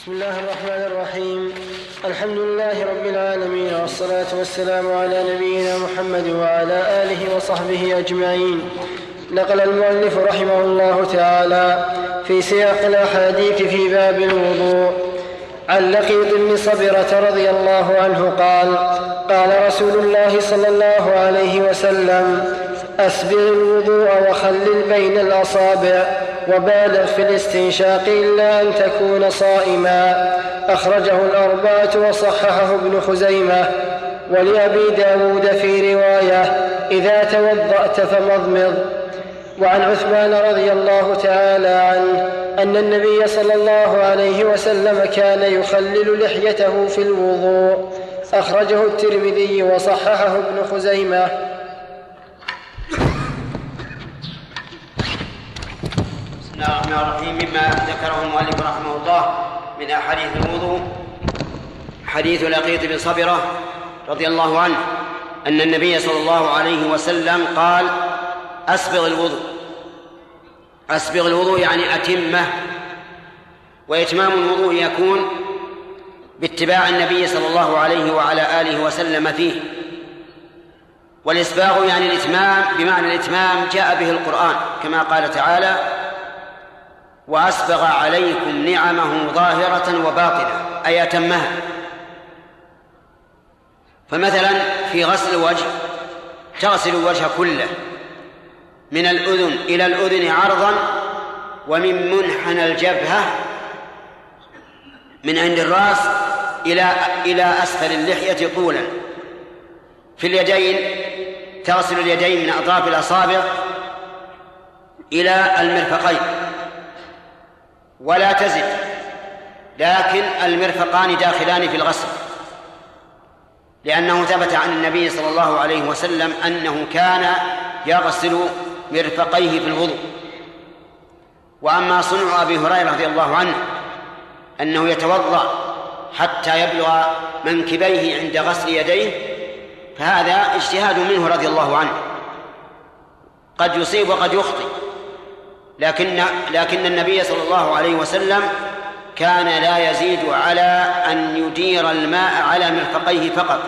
بسم الله الرحمن الرحيم. الحمد لله رب العالمين، والصلاة والسلام على نبينا محمد وعلى آله وصحبه أجمعين. نقل المؤلف رحمه الله تعالى في سياق الأحاديث في باب الوضوء عن لقيط بن صبرة رضي الله عنه قال: قال رسول الله صلى الله عليه وسلم: أسبغ الوضوء وخلل بين الأصابع وبالغ في الاستنشاق إلا أن تكون صائما. أخرجه الأربعة وصححه ابن خزيمة. ولأبي داود في رواية: إذا توضأت فمضمض. وعن عثمان رضي الله تعالى عنه أن النبي صلى الله عليه وسلم كان يخلل لحيته في الوضوء. أخرجه الترمذي وصححه ابن خزيمة. بسم الله الرحمن الرحيم. مما ذكره المؤلف رحمه الله من أحاديث الوضوء حديث لقيط بن صبرة رضي الله عنه أن النبي صلى الله عليه وسلم قال: أسبغ الوضوء. أسبغ الوضوء يعني أتمه، وإتمام الوضوء يكون باتباع النبي صلى الله عليه وعلى آله وسلم فيه. والإسباغ يعني الإتمام، بمعنى الإتمام جاء به القرآن كما قال تعالى: وأسبغ عليكم نعمه ظاهرة وباطنة، أي أتمها. فمثلا في غسل الوجه تغسل الوجه كله من الأذن إلى الأذن عرضا، ومن منحنى الجبهة من عند الرأس إلى أسفل اللحية طولا. في اليدين تغسل اليدين من أطراف الأصابع إلى المرفقين ولا تزد، لكن المرفقان داخلان في الغسل، لأنه ثبت عن النبي صلى الله عليه وسلم أنه كان يغسل مرفقيه في الوضوء. وأما صنع أبي هريرة رضي الله عنه أنه يتوضأ حتى يبلغ منكبيه عند غسل يديه، فهذا اجتهاد منه رضي الله عنه، قد يصيب وقد يخطئ، لكن النبي صلى الله عليه وسلم كان لا يزيد على أن يدير الماء على مرفقيه فقط.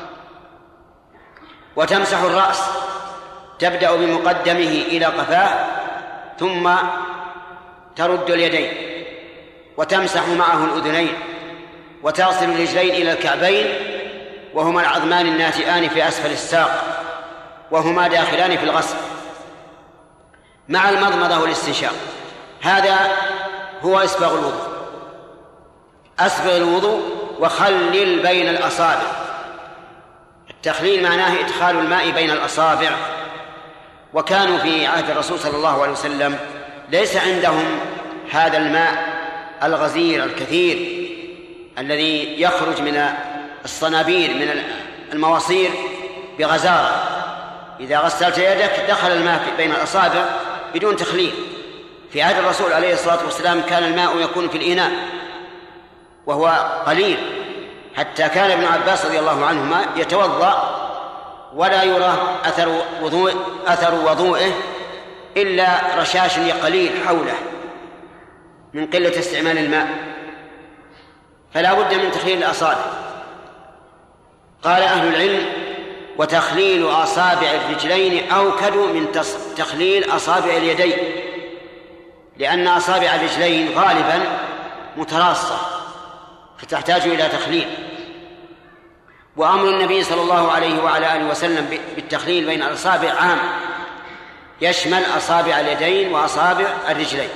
وتمسح الرأس، تبدأ بمقدمه إلى قفاه ثم ترد اليدين وتمسح معه الأذنين، وتغسل الرجلين إلى الكعبين، وهما العظمان الناتئان في أسفل الساق، وهما داخلان في الغسل، مع المضمضة والاستنشاق. هذا هو إسباغ الوضوء. أسبغ الوضوء وخلل بين الأصابع. التخليل معناه إدخال الماء بين الأصابع. وكانوا في عهد الرسول صلى الله عليه وسلم ليس عندهم هذا الماء الغزير الكثير الذي يخرج من الصنابير من المواصير بغزارة. إذا غسلت يدك دخل الماء بين الأصابع بدون تخليل. في عهد الرسول عليه الصلاة والسلام كان الماء يكون في الإناء وهو قليل، حتى كان ابن عباس رضي الله عنهما يتوضأ ولا يرى أثر وضوئه إلا رشاش قليل حوله من قلة استعمال الماء، فلا بد من تخليل الأصابع. قال أهل العلم: وتخليل أصابع الرجلين أوكد من تخليل أصابع اليدين، لأن أصابع الرجلين غالبا متراصة فتحتاج إلى تخليل. وأمر النبي صلى الله عليه وعلى آله وسلم بالتخليل بين الأصابع عام، يشمل أصابع اليدين وأصابع الرجلين.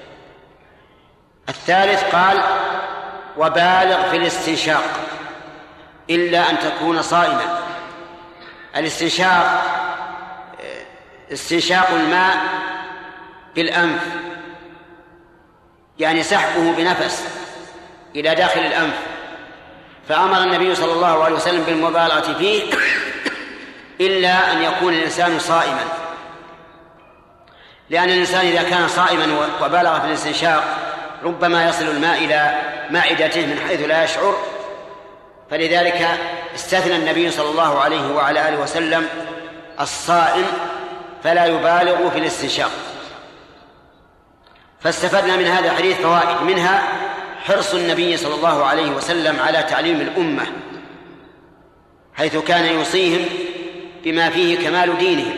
الثالث قال: وبالغ في الاستنشاق إلا أن تكون صائما. الاستنشاق استنشاق الماء بالأنف، يعني سحبه بنفس إلى داخل الأنف. فأمر النبي صلى الله عليه وسلم بالمبالغة فيه إلا أن يكون الإنسان صائما، لأن الإنسان إذا كان صائما وبالغ في الاستنشاق ربما يصل الماء إلى معدته من حيث لا يشعر. فلذلك استثنى النبي صلى الله عليه وعلى آله وسلم الصائم فلا يبالغ في الاستنشاق. فاستفدنا من هذا الحديث فوائد، منها حرص النبي صلى الله عليه وسلم على تعليم الأمة، حيث كان يوصيهم بما فيه كمال دينهم.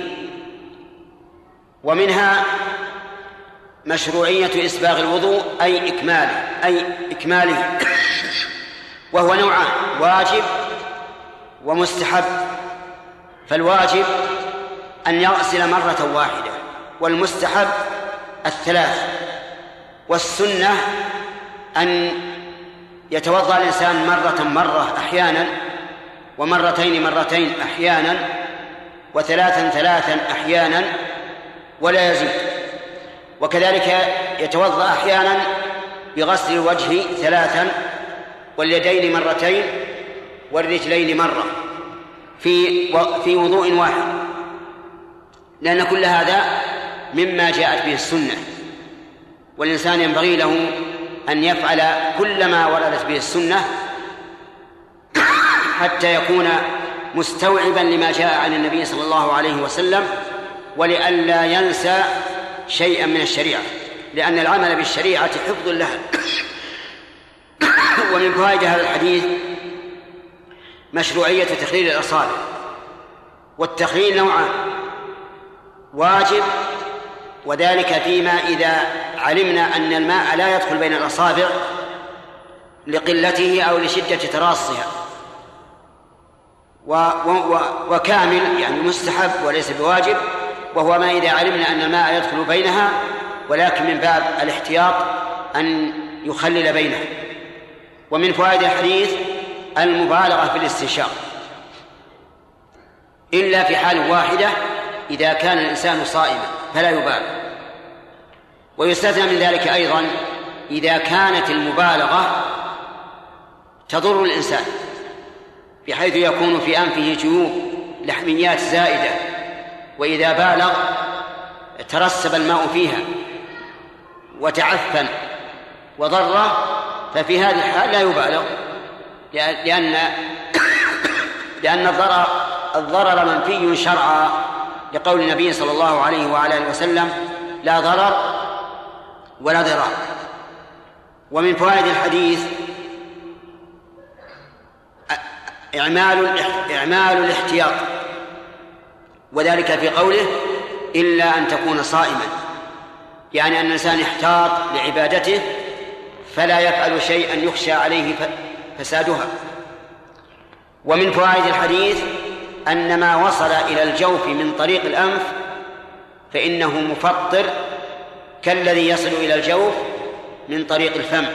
ومنها مشروعية إسباغ الوضوء أي إكماله وهو نوعان: واجب ومستحب. فالواجب أن يغسل مرة واحدة، والمستحب 3، والسنة أن يتوضأ الإنسان مرة أحيانا، ومرتين أحيانا، و3 أحيانا، ولا يزيد. وكذلك يتوضأ أحيانا بغسل الوجه 3، واليدين مرتين، والرجلين مرة في وضوء واحد، لأن كل هذا مما جاءت به السنة، والإنسان ينبغي له أن يفعل كل ما وردت به السنة حتى يكون مستوعبا لما جاء عن النبي صلى الله عليه وسلم، ولئلا ينسى شيئا من الشريعة، لأن العمل بالشريعة حفظ لها. ومن فوائد هذا الحديث مشروعية تخليل الأصابع، والتخليل نوعان: واجب، وذلك فيما إذا علمنا أن الماء لا يدخل بين الأصابع لقلته أو لشدة تراصها، وكامل يعني مستحب وليس بواجب، وهو ما إذا علمنا أن الماء يدخل بينها ولكن من باب الاحتياط أن يخلل بينها. ومن فوائد الحديث المبالغة في الاستنشاق، إلا في حال واحدة: إذا كان الإنسان صائما فلا يبالغ. ويستثنى من ذلك أيضا إذا كانت المبالغة تضر الإنسان، بحيث يكون في أنفه جيوب لحميات زائدة، وإذا بالغ ترسب الماء فيها وتعفن وضره، ففي هذه الحال لا يبالغ، لأن الضرر منفي شرعا، لقول النبي صلى الله عليه وعلى آله وسلم: لا ضرر ولا ضرار. ومن فوائد الحديث إعمال الاحتياط، وذلك في قوله: إلا أن تكون صائما، يعني أن الإنسان يحتاط لعبادته فلا يفعل شيئا يخشى عليه فسادها. ومن فوائد الحديث أن ما وصل إلى الجوف من طريق الأنف فإنه مفطر كالذي يصل إلى الجوف من طريق الفم،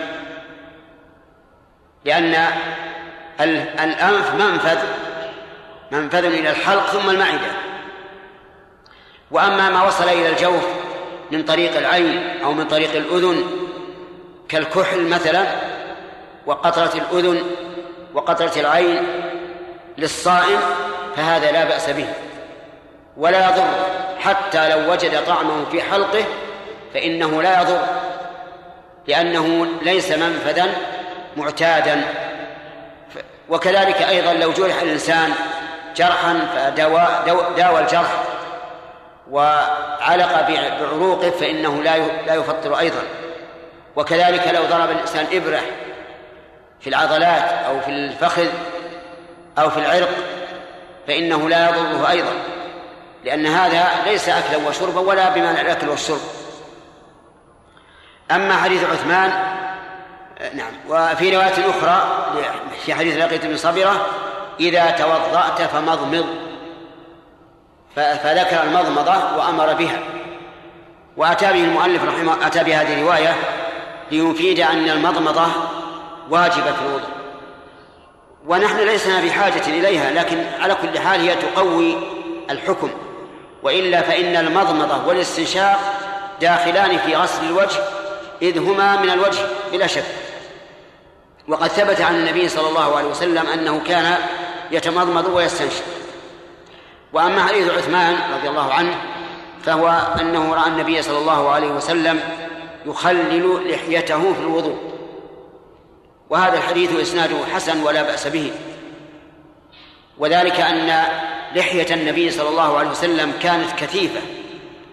لأن الأنف منفذ إلى الحلق ثم المعدة. وأما ما وصل إلى الجوف من طريق العين أو من طريق الأذن كالكحل مثلا، وقطرة الأذن وقطرة العين للصائم، فهذا لا بأس به ولا يضر، حتى لو وجد طعمه في حلقه فإنه لا يضر، لأنه ليس منفذا معتادا. وكذلك أيضا لو جرح الإنسان جرحا فداوى الجرح وعلق بعروقه فإنه لا يفطر أيضا. وكذلك لو ضرب الإنسان إبرة في العضلات أو في الفخذ أو في العرق فإنه لا يضره أيضا، لأن هذا ليس أكلا وشربا ولا بمعنى الأكل والشرب. أما حديث عثمان، نعم، وفي رواية أخرى في حديث لقيط بن صبرة: إذا توضأت فمضمض، فذكر المضمضة وأمر بها. وأتى به المؤلف رحمه أتى بهذه الرواية ليفيد أن المضمضة واجبة في الوضوء، ونحن لسنا بحاجة إليها، لكن على كل حال هي تقوي الحكم، وإلا فإن المضمضة والاستنشاق داخلان في غسل الوجه، إذ هما من الوجه بلا شك. وقد ثبت عن النبي صلى الله عليه وسلم أنه كان يتمضمض ويستنشق. وأما حديث عثمان رضي الله عنه فهو أنه رأى النبي صلى الله عليه وسلم يخلل لحيته في الوضوء، وهذا الحديث إسناده حسن ولا بأس به، وذلك أن لحية النبي صلى الله عليه وسلم كانت كثيفة،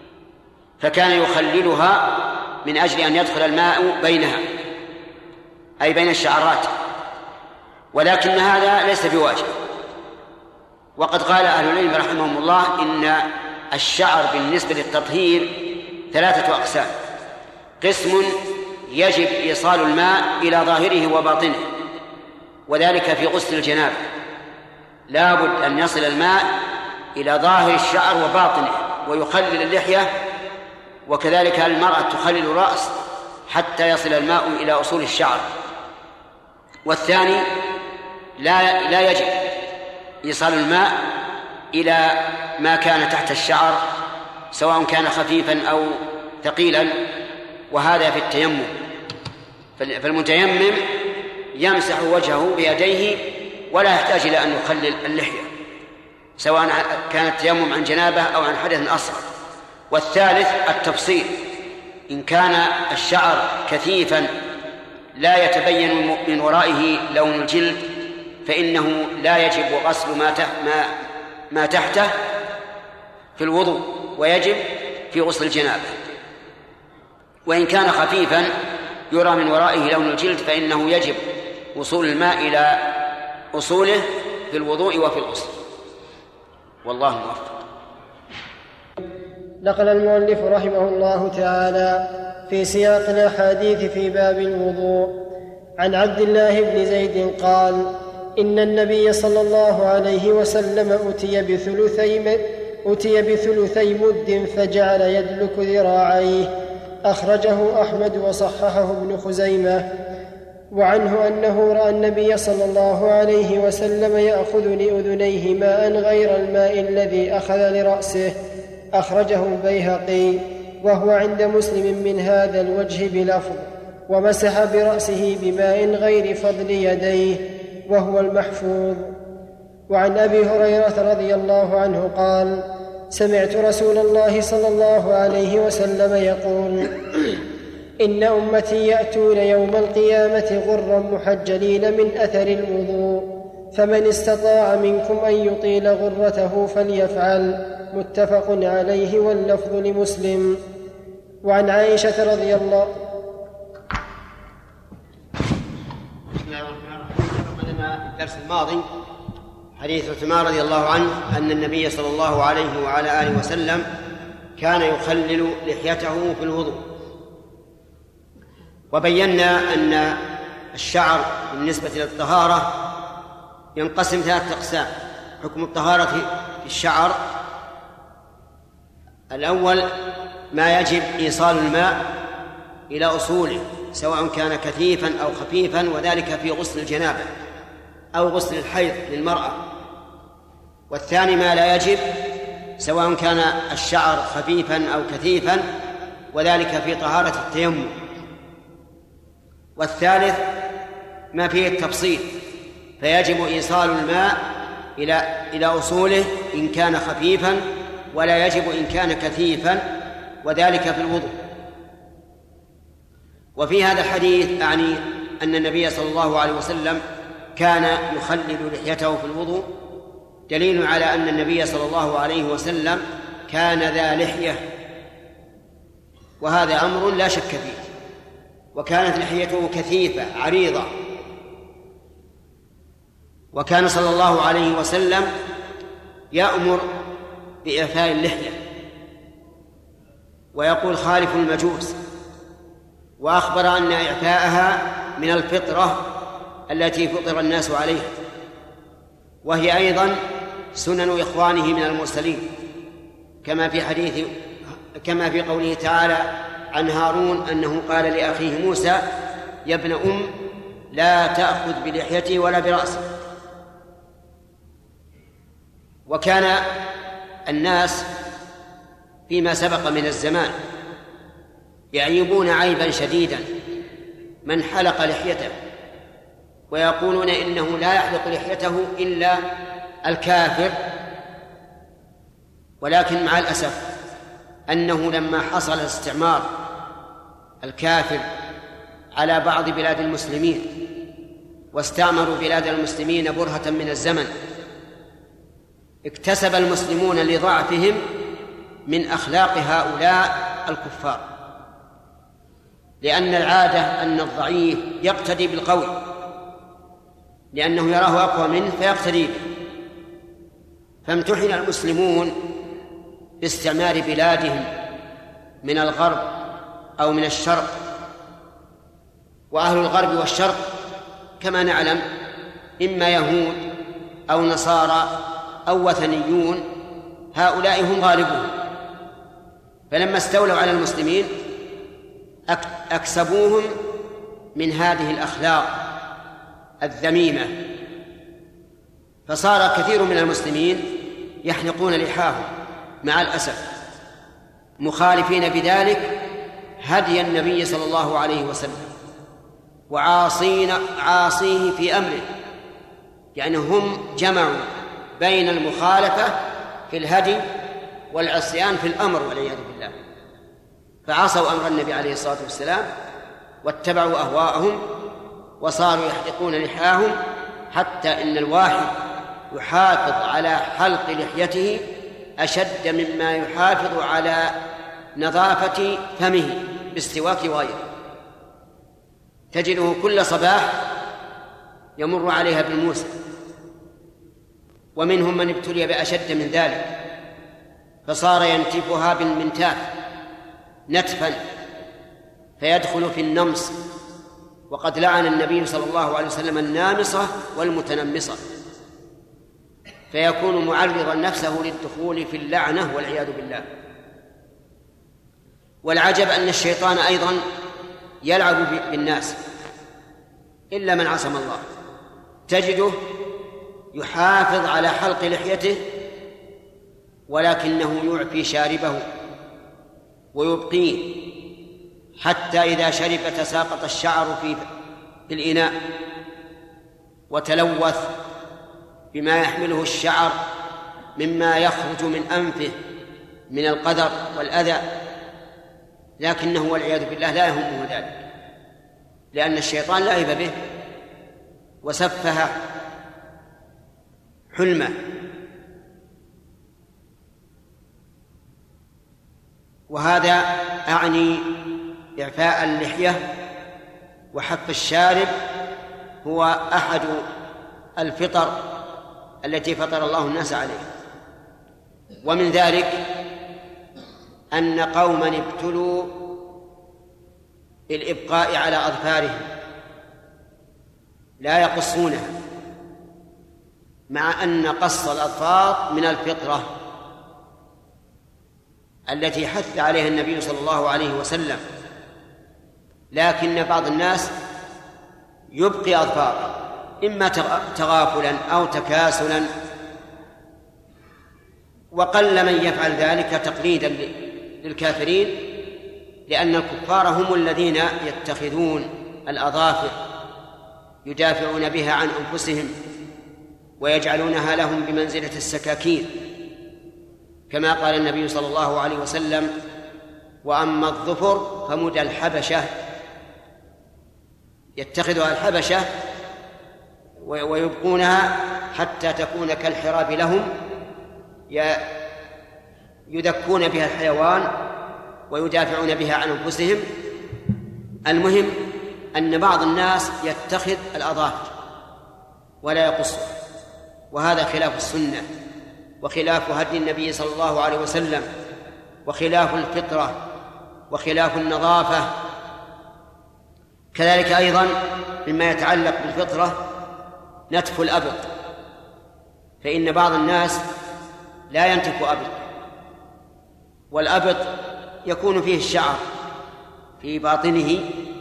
فكان يخللها من أجل أن يدخل الماء بينها، أي بين الشعرات، ولكن هذا ليس بواجب. وقد قال أهل العلم رحمهم الله إن الشعر بالنسبة للتطهير 3 أقسام: قسم يجب إيصال الماء إلى ظاهره وباطنه، وذلك في غسل الجنابة، لا بد أن يصل الماء إلى ظاهر الشعر وباطنه ويخلل اللحية، وكذلك المرأة تخلل الرأس حتى يصل الماء إلى أصول الشعر. والثاني لا يجب إيصال الماء إلى ما كان تحت الشعر سواء كان خفيفا أو ثقيلا، وهذا في التيمم. فالمتيمم يمسح وجهه بيديه ولا يحتاج إلى أن يخلل اللحية سواء كان التيمم عن جنابه أو عن حدث أصغر. والثالث التفصيل: إن كان الشعر كثيفا لا يتبين من ورائه لون الجلد فإنه لا يجب غسل ما تحته في الوضوء، ويجب في غسل الجنابة. وإن كان خفيفا يرى من ورائه لون الجلد فإنه يجب وصول الماء إلى أصوله في الوضوء وفي الغسل، والله موفق. نقل المؤلف رحمه الله تعالى في سياق الأحاديث في باب الوضوء عن عبد الله بن زيد قال: إن النبي صلى الله عليه وسلم أتي بثلثي مد فجعل يدلك ذراعيه. أخرجه أحمد وصححه ابن خزيمة. وعنه أنه رأى النبي صلى الله عليه وسلم يأخذ لأذنيه ماء غير الماء الذي أخذ لرأسه. أخرجه البيهقي، وهو عند مسلم من هذا الوجه بلفظ: ومسح برأسه بماء غير فضل يديه، وهو المحفوظ. وعن أبي هريرة رضي الله عنه قال: سمعت رسول الله صلى الله عليه وسلم يقول: إن أمتي يأتون يوم القيامة غرا محجلين من أثر الوضوء، فمن استطاع منكم أن يطيل غرته فليفعل. متفق عليه، واللفظ لمسلم. وعن عائشة رضي الله عنها في الدرس الماضي حديث عثمان رضي الله عنه أن النبي صلى الله عليه وعلى آله وسلم كان يخلل لحيته في الوضوء. وبينا أن الشعر بالنسبة للطهارة ينقسم 3 أقسام. حكم الطهارة في الشعر: الأول ما يجب إيصال الماء إلى أصوله سواء كان كثيفا أو خفيفا، وذلك في غسل الجنابة أو غسل الحيض للمرأة. والثاني ما لا يجب سواء كان الشعر خفيفا أو كثيفا، وذلك في طهارة التيمم. والثالث ما فيه التفصيل، فيجب إيصال الماء إلى أصوله إن كان خفيفا، ولا يجب إن كان كثيفا، وذلك في الوضوء. وفي هذا الحديث أعني أن النبي صلى الله عليه وسلم كان يخلل لحيته في الوضوء، دليل على أن النبي صلى الله عليه وسلم كان ذا لحية، وهذا أمر لا شك فيه. وكانت لحيته كثيفة عريضة، وكان صلى الله عليه وسلم يأمر بإعفاء اللحية ويقول: خالف المجوس. وأخبر أن إعفاءها من الفطرة التي فطر الناس عليها، وهي أيضا سنن إخوانه من المرسلين، كما في قوله تعالى عن هارون أنه قال لأخيه موسى: يا ابن لا تأخذ بلحيتي ولا برأسي. وكان الناس فيما سبق من الزمان يعيبون عيبا شديدا من حلق لحيته، ويقولون إنه لا يحلق لحيته إلا الكافر. ولكن مع الأسف أنه لما حصل استعمار الكافر على بعض بلاد المسلمين واستعمروا بلاد المسلمين برهة من الزمن، اكتسب المسلمون لضعفهم من أخلاق هؤلاء الكفار، لأن العادة أن الضعيف يقتدي بالقوي، لأنه يراه أقوى منه فيقتدي به. فامتحن المسلمون باستعمار بلادهم من الغرب أو من الشرق، وأهل الغرب والشرق كما نعلم إما يهود أو نصارى أو وثنيون، هؤلاء هم غالبون. فلما استولوا على المسلمين أكسبوهم من هذه الأخلاق الذميمة، فصار كثير من المسلمين يحلقون لحاهم مع الأسف، مخالفين بذلك هدي النبي صلى الله عليه وسلم وعاصيه في أمره، يعني هم جمعوا بين المخالفة في الهدي والعصيان في الأمر والعياذ بالله، فعصوا أمر النبي عليه الصلاة والسلام واتبعوا أهواءهم وصاروا يحلقون لحاهم، حتى إن الواحد يحافظ على حلق لحيته أشد مما يحافظ على نظافة فمه بالسواك وغيره. تجده كل صباح يمر عليها بالموسى، ومنهم من ابتلي بأشد من ذلك فصار ينتفها بالمنتاف نتفا فيدخل في النمص، وقد لعن النبي صلى الله عليه وسلم النامصة والمتنمصة، فيكون معرضا نفسه للدخول في اللعنة والعياذ بالله. والعجب أن الشيطان أيضا يلعب بالناس إلا من عصم الله، تجده يحافظ على حلق لحيته ولكنه يعفي شاربه ويبقيه، حتى إذا شرب تساقط الشعر في الإناء وتلوث بما يحمله الشعر مما يخرج من أنفه من القذر والأذى، لكنه والعياذ بالله لا يهمه ذلك، لأن الشيطان لعب به وسفه حلمه. وهذا أعني إعفاء اللحية وحف الشارب هو أحد الفطر التي فطر الله الناس عليها. ومن ذلك أن قوما ابتلوا بالإبقاء على أظفارهم لا يقصونها، مع أن قص الأظفار من الفطرة التي حث عليها النبي صلى الله عليه وسلم، لكن بعض الناس يبقي أظفاره إما تغافلا أو تكاسلا، وقل من يفعل ذلك تقليدا للكافرين، لأن الكفار هم الذين يتخذون الأظافر يدافعون بها عن أنفسهم ويجعلونها لهم بمنزلة السكاكين، كما قال النبي صلى الله عليه وسلم: وأما الظفر فمدى الحبشة، يتخذها الحبشة ويبقونها حتى تكون كالحراب لهم، يدكون بها الحيوان ويدافعون بها عن أنفسهم. المهم أن بعض الناس يتخذ الأظافر ولا يقصها، وهذا خلاف السنة وخلاف هدي النبي صلى الله عليه وسلم وخلاف الفطرة وخلاف النظافة. كذلك أيضا مما يتعلق بالفطرة نتف الأبط، فإن بعض الناس لا ينتف أبط، والأبط يكون فيه الشعر في باطنه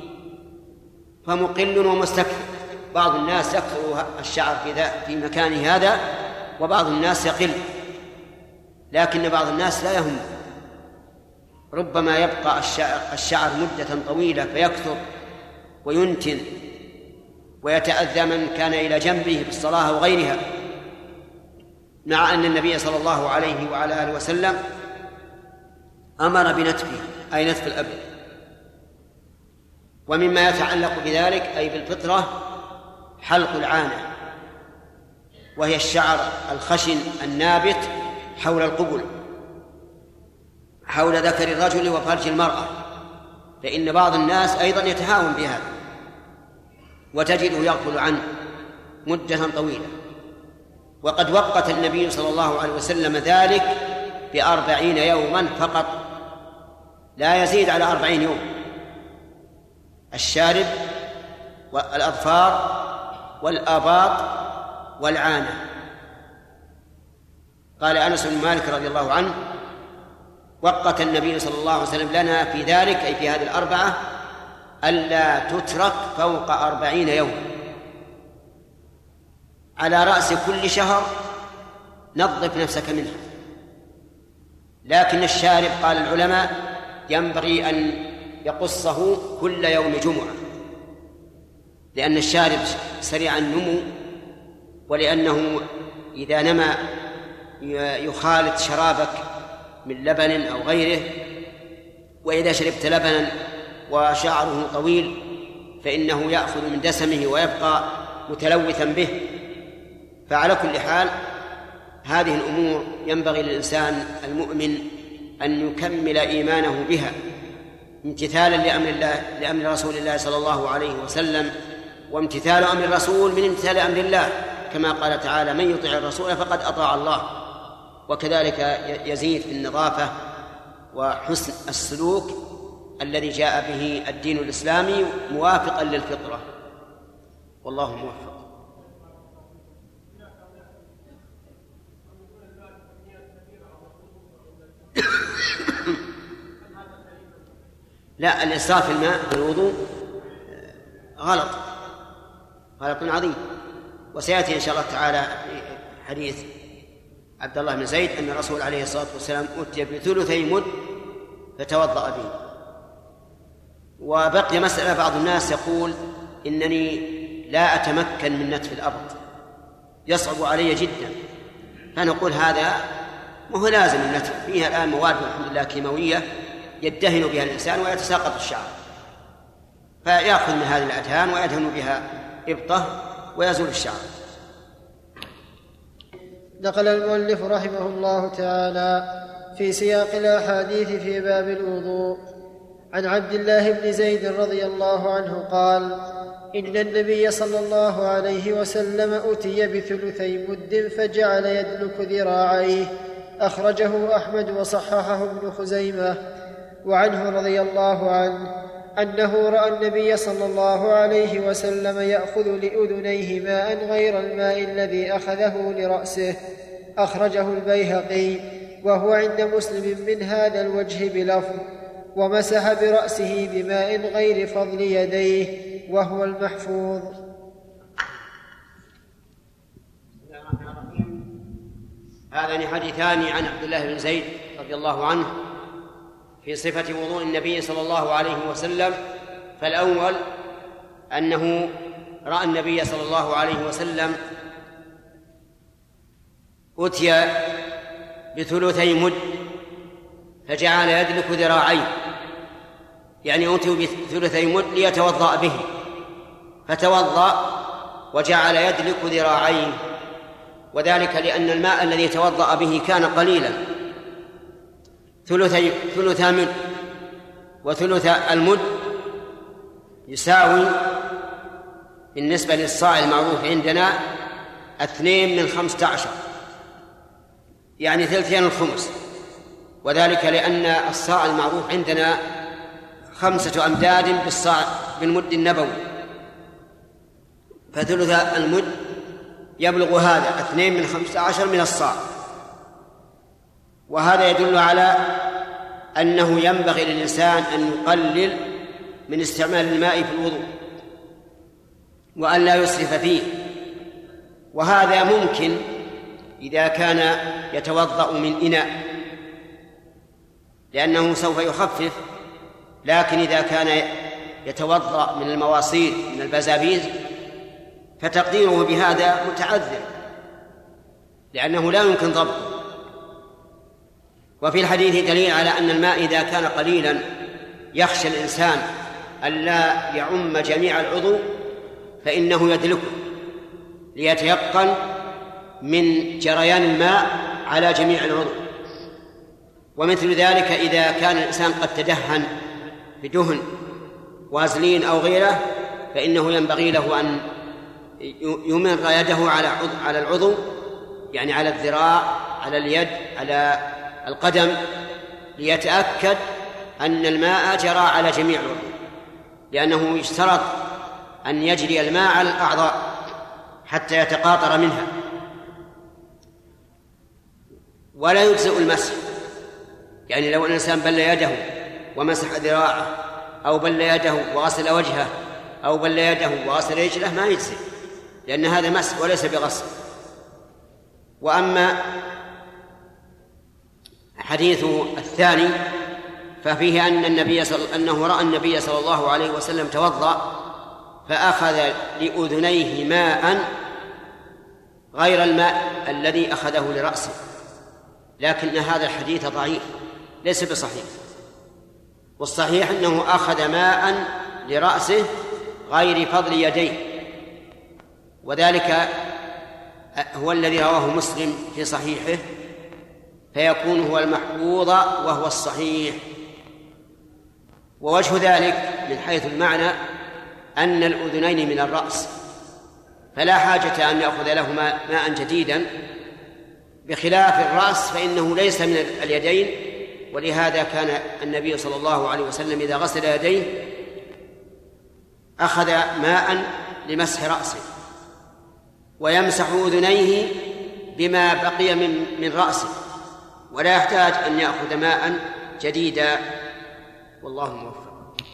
فمقل ومستكثر، بعض الناس يكثر الشعر في مكان هذا وبعض الناس يقل، لكن بعض الناس لا يهم، ربما يبقى الشعر مدة طويلة فيكثر وينتن ويتأذى من كان إلى جنبه بالصلاة وغيرها، مع أن النبي صلى الله عليه وعلى آله وسلم أمر بنتفه، أي نتف الأبد. ومما يتعلق بذلك أي بالفطرة حلق العانة، وهي الشعر الخشن النابت حول القبل، حول ذكر الرجل وفرج المرأة، فإن بعض الناس أيضا يتهاون بهذا وتجده يغفل عنه مدة طويلة. وقد وقت النبي صلى الله عليه وسلم ذلك ب40 يوما فقط، لا يزيد على 40 يوم، الشارب والأظفار والآباط والعانة. قال أنس بن مالك رضي الله عنه: وقت النبي صلى الله عليه وسلم لنا في ذلك، أي في هذه 4، ألا تترك فوق 40 يوم، على رأس كل شهر نظف نفسك منها. لكن الشارب قال العلماء ينبغي أن يقصه كل يوم جمعة، لأن الشارب سريع النمو، ولأنه إذا نمى يخالط شرابك من لبن أو غيره، وإذا شربت لبنا وشعره طويل فإنه يأخذ من دسمه ويبقى متلوثا به. فعلى كل حال هذه الأمور ينبغي للإنسان المؤمن أن يكمل إيمانه بها امتثالا لأمر رسول الله صلى الله عليه وسلم، وامتثال أمر الرسول من امتثال أمر الله، كما قال تعالى: من يطع الرسول فقد أطاع الله. وكذلك يزيد في النظافة وحسن السلوك الذي جاء به الدين الإسلامي موافقا للفطرة، والله موفق. لا، الإسراف في الماء في الوضوء غلط عظيم، وسيأتي إن شاء الله تعالى في حديث عبد الله بن زيد أن الرسول عليه الصلاة والسلام أتي بثلثي مد فتوضأ به. وبقي مسألة، بعض الناس يقول: إنني لا أتمكن من نتف الأرض، يصعب علي جدا. فنقول هذا ما هو لازم النتف، فيها الآن مواد الحمد لله كيماوية يدهن بها الإنسان ويتساقط الشعر، فيأخذ من هذه الأدهان ويدهن بها إبطة ويزول الشعر. نقل المؤلف رحمه الله تعالى في سياق الأحاديث في باب الوضوء عن عبد الله بن زيد رضي الله عنه قال: إن النبي صلى الله عليه وسلم أتي بثلثي مد فجعل يدلك ذراعيه، أخرجه أحمد وصححه ابن خزيمة. وعنه رضي الله عنه أنه رأى النبي صلى الله عليه وسلم يأخذ لأذنيه ماء غير الماء الذي أخذه لرأسه، أخرجه البيهقي، وهو عند مسلم من هذا الوجه بلفظ: ومسح برأسه بماء غير فضل يديه، وهو المحفوظ. هذان حديثان عن عبد الله بن زيد رضي الله عنه في صفة وضوء النبي صلى الله عليه وسلم. فالأول أنه رأى النبي صلى الله عليه وسلم أتي بثلثي مد فجعل يدلك ذراعيه، يعني أتي بثلثي مد ليتوضأ به، فتوضأ وجعل يدلك ذراعيه، وذلك لأن الماء الذي توضأ به كان قليلا، ثلث مد، وثلث المد يساوي بالنسبة للصاع المعروف عندنا 2 من 15، يعني 2 الخمس، وذلك لأن الصاع المعروف عندنا 5 أمداد بالصاع بالمد النبوي، فثلث المد يبلغ هذا 2 من 15 من الصاع. وهذا يدل على أنه ينبغي للإنسان أن يقلل من استعمال الماء في الوضوء وأن لا يسرف فيه، وهذا ممكن إذا كان يتوضأ من إناء لأنه سوف يخفف، لكن إذا كان يتوضأ من المواصيل من البزابيز فتقديره بهذا متعذر لأنه لا يمكن ضبطه. وفي الحديث دليل على أن الماء إذا كان قليلا يخشى الإنسان ألا يعم جميع العضو فإنه يدلكه ليتيقن من جريان الماء على جميع العضو. ومثل ذلك إذا كان الإنسان قد تدهن بدهن وازلين أو غيره فإنه ينبغي له أن يمر يده على العضو، يعني على الذراع، على اليد، على القدم، ليتأكد أن الماء جرى على جميع العضو، لأنه يشترط أن يجري الماء على الأعضاء حتى يتقاطر منها. ولا يجزئ المسح، يعني لو الإنسان بل يده ومسح ذراعه، أو بل يده وغسل وجهه، أو بل يده وغسل رجله، ما يجزئ، لأن هذا مسح وليس بغسل. وأما حديثه الثاني ففيه أنه رأى النبي صلى الله عليه وسلم توضأ فأخذ لأذنيه ماء غير الماء الذي أخذه لرأسه، لكن هذا الحديث ضعيف ليس بصحيح، والصحيح أنه أخذ ماء لرأسه غير فضل يديه، وذلك هو الذي رواه مسلم في صحيحه، فيكون هو المحفوظ وهو الصحيح. ووجه ذلك من حيث المعنى أن الأذنين من الرأس، فلا حاجة أن يأخذ لهما ماء جديدا، بخلاف الرأس فإنه ليس من اليدين، ولهذا كان النبي صلى الله عليه وسلم إذا غسل يديه أخذ ماء لمسح رأسه، ويمسح أذنيه بما بقي من رأسه، ولا يحتاج أن يأخذ ماء جديدا. والله موفق.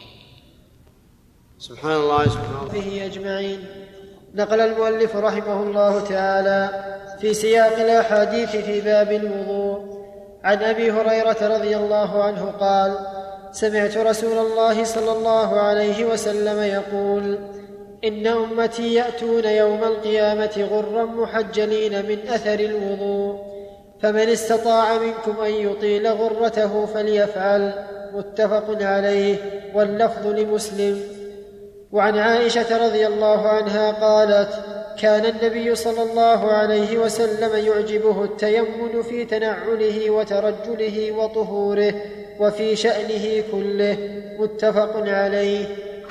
سبحان الله به أجمعين. نقل المؤلف رحمه الله تعالى في سياق الأحاديث في باب الوضوء عن أبي هريرة رضي الله عنه قال: سمعت رسول الله صلى الله عليه وسلم يقول: إن أمتي يأتون يوم القيامة غرا محجلين من أثر الوضوء، فمن استطاع منكم أن يطيل غرته فليفعل. متفق عليه، واللفظ لمسلم. وعن عائشة رضي الله عنها قالت: كان النبي صلى الله عليه وسلم يعجبه التيمن في تنعله وترجله وطهوره وفي شأنه كله. متفق عليه.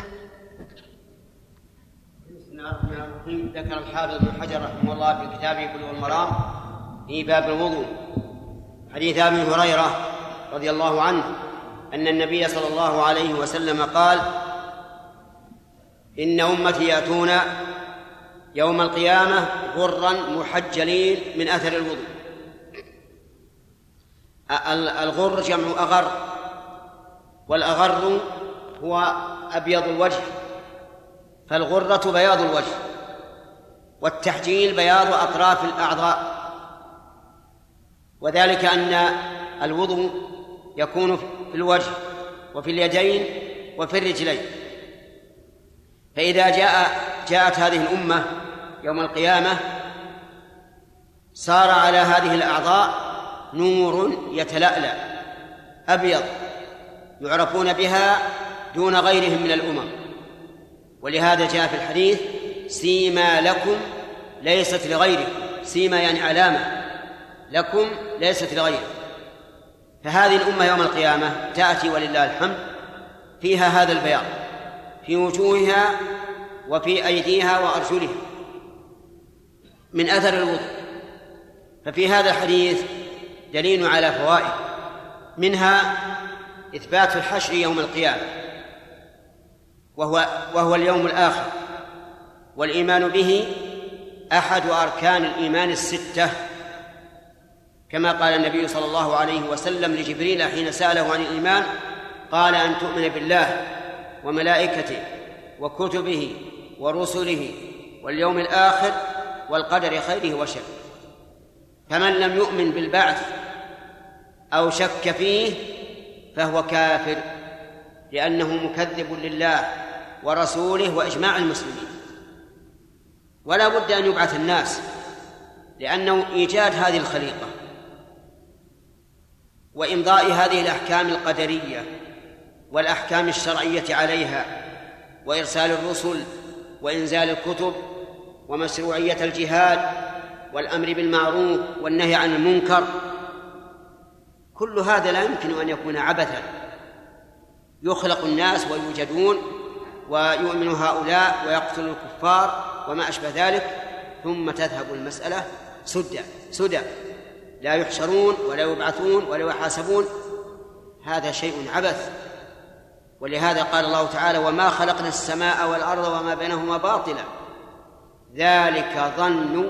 ذكر الحافظ ابن حجر رحمه الله في كتابه بلوغ المرام في باب الوضوء حديث أبي هريرة رضي الله عنه أن النبي صلى الله عليه وسلم قال: إن أمتي يأتون يوم القيامة غرا محجلين من أثر الوضوء. الغر جمع أغر، والأغر هو أبيض الوجه، فالغرة بياض الوجه، والتحجيل بياض أطراف الأعضاء، وذلك أن الوضوء يكون في الوجه وفي اليدين وفي الرجلين، فإذا جاءت هذه الأمة يوم القيامة صار على هذه الأعضاء نور يتلألأ أبيض يعرفون بها دون غيرهم من الأمم، ولهذا جاء في الحديث: سيما لكم ليست لغيركم. سيما يعني علامة، لكم ليست لغيركم. فهذه الأمة يوم القيامة تأتي ولله الحمد فيها هذا البياض في وجوهها وفي أيديها وأرجلها من أثر الوضوء. ففي هذا الحديث دليل على فوائد، منها إثبات الحشر يوم القيامة وهو اليوم الآخر، والإيمان به أحد أركان الإيمان الستة، كما قال النبي صلى الله عليه وسلم لجبريل حين سأله عن الإيمان قال: أن تؤمن بالله وملائكته وكتبه ورسله واليوم الآخر والقدر خيره وشره. فمن لم يؤمن بالبعث أو شك فيه فهو كافر، لأنه مكذب لله ورسوله وإجماع المسلمين. ولا بد أن يبعث الناس، لأنه إيجاد هذه الخليقة وإمضاء هذه الأحكام القدرية والأحكام الشرعية عليها، وإرسال الرسل وإنزال الكتب ومشروعية الجهاد والأمر بالمعروف والنهي عن المنكر، كل هذا لا يمكن أن يكون عبثا. يخلق الناس ويوجدون ويؤمن هؤلاء ويقتل الكفار وما أشبه ذلك، ثم تذهب المسألة سدى لا يحشرون ولا يبعثون ولا يحاسبون. هذا شيء عبث. ولهذا قال الله تعالى: وما خلقنا السماء والأرض وما بينهما باطلا ذلك ظن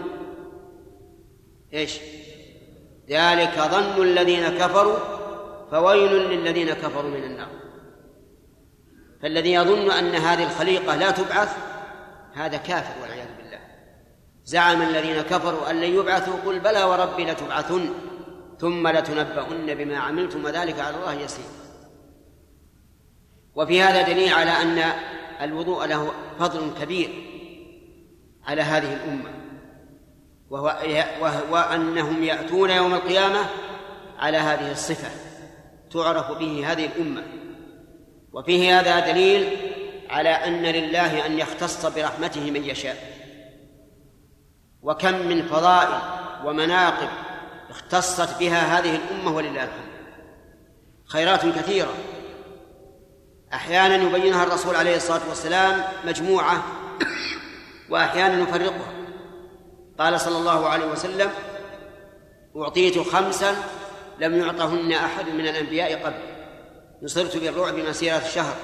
ذلك ظن الذين كفروا فويل للذين كفروا من النار. فالذي يظن أن هذه الخليقة لا تبعث هذا كافر والعياذ بالله. زعم الذين كفروا أن لن يبعثوا قل بلى وربي لتبعثن ثم لتنبؤن بما عملتم وذلك على الله يسير. وفي هذا دليل على أن الوضوء له فضل كبير على هذه الأمة، وهو أنهم يأتون يوم القيامة على هذه الصفة تعرف به هذه الأمة. وفيه هذا دليل على أن لله أن يختص برحمته من يشاء. وكم من فضائل ومناقب اختصت بها هذه الأمة ولله الحمد، خيرات كثيرة أحيانا يبينها الرسول عليه الصلاة والسلام مجموعة وأحيانا يفرقها. قال صلى الله عليه وسلم: أعطيت 5 لم يعطهن أحد من الأنبياء قبل، نصرت بالرعب مسيرة شهر،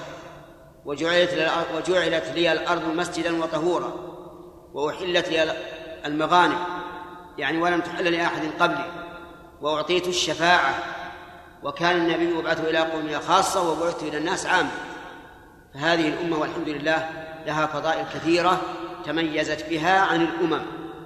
وجعلت لي الأرض مسجدا وطهورا، وأحلت لي المغانم يعني ولم تحل لأحد قبلي، وأعطيت الشفاعة، وكان النبي يبعث إلى قومه خاصة وبعثت إلى الناس عامة. فهذه الأمة والحمد لله لها فضائل كثيرة تميزت بها عن الأمم.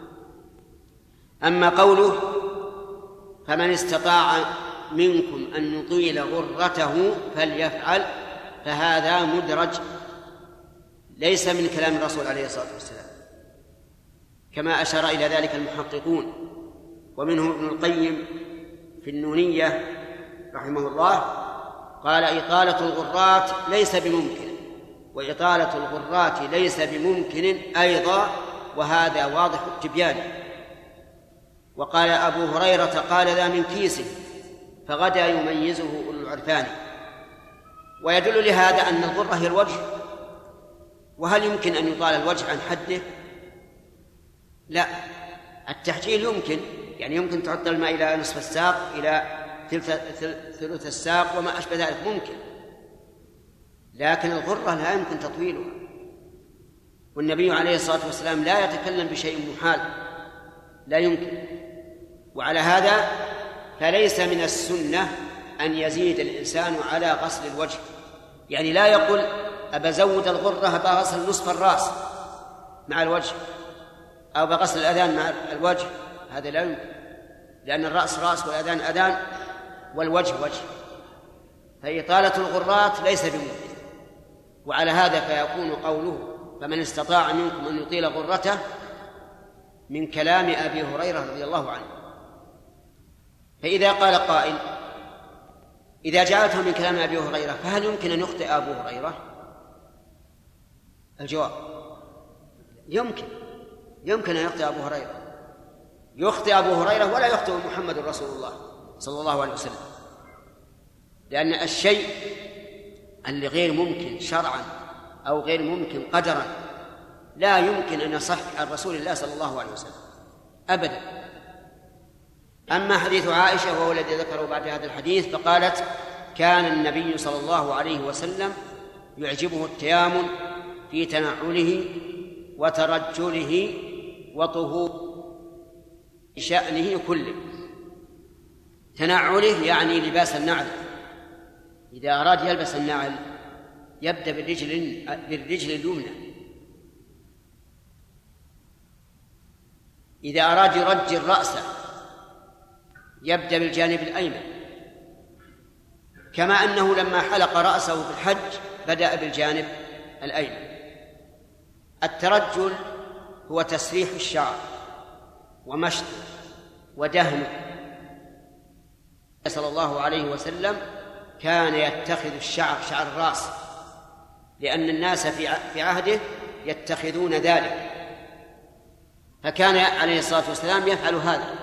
أما قوله: فمن استطاع منكم أن يطيل غرته فليفعل، فهذا مدرج ليس من كلام الرسول عليه الصلاة والسلام، كما أشار إلى ذلك المحققون، ومنهم ابن القيم في النونية رحمه الله قال: إطالة الغرات ليس بممكن، وإطالة الغرات ليس بممكن أيضا، وهذا واضح التبيان. وقال أبو هريرة: قال ذا من كيسه فغدا يميزه أولو العرفان. ويدل لهذا أن الغرة هي الوجه. وهل يمكن أن يطال الوجه عن حده؟ لا، التحجيل يمكن، يعني يمكن تعطل الماء إلى نصف الساق، إلى ثلث الساق وما أشبه ذلك ممكن، لكن الغرة لا يمكن تطويلها. والنبي عليه الصلاة والسلام لا يتكلم بشيء محال، لا يمكن. وعلى هذا فليس من السنة أن يزيد الإنسان على غسل الوجه، يعني لا يقول أبزود الغرة بغسل نصف الرأس مع الوجه، أو بغسل الأذان مع الوجه، هذا لا يمكن، لأن الرأس رأس والأذان أذان والوجه وجه، فإطالة الغرات ليس بممكن. وعلى هذا فيكون قوله: فمن استطاع منكم أن يطيل غرته من كلام أبي هريرة رضي الله عنه. فإذا قال قائل: إذا جعلته من كلام أبي هريرة فهل يمكن أن يخطئ أبو هريرة؟ الجواب: يمكن أن يخطئ أبو هريرة، يخطئ أبو هريرة ولا يخطئ محمد رسول الله صلى الله عليه وسلم، لأن الشيء اللي غير ممكن شرعا أو غير ممكن قدرا لا يمكن أن يصح عن رسول الله صلى الله عليه وسلم أبدا. أما حديث عائشة وهو الذي ذكره بعد هذا الحديث، فقالت: كان النبي صلى الله عليه وسلم يعجبه التيامن في تنعله وترجله وطهور شأنه كله. تنعله يعني لباس النعل، إذا أراد يلبس النعل يبدأ بالرجل اليمنى، إذا أراد يرجل رأسه يبدأ بالجانب الأيمن، كما أنه لما حلق رأسه في الحج بدأ بالجانب الأيمن. الترجل هو تسريح الشعر ومشطه ودهنه. صلى الله عليه وسلم كان يتخذ الشعر شعر الرأس، لأن الناس في عهده يتخذون ذلك، فكان عليه الصلاة والسلام يفعل هذا.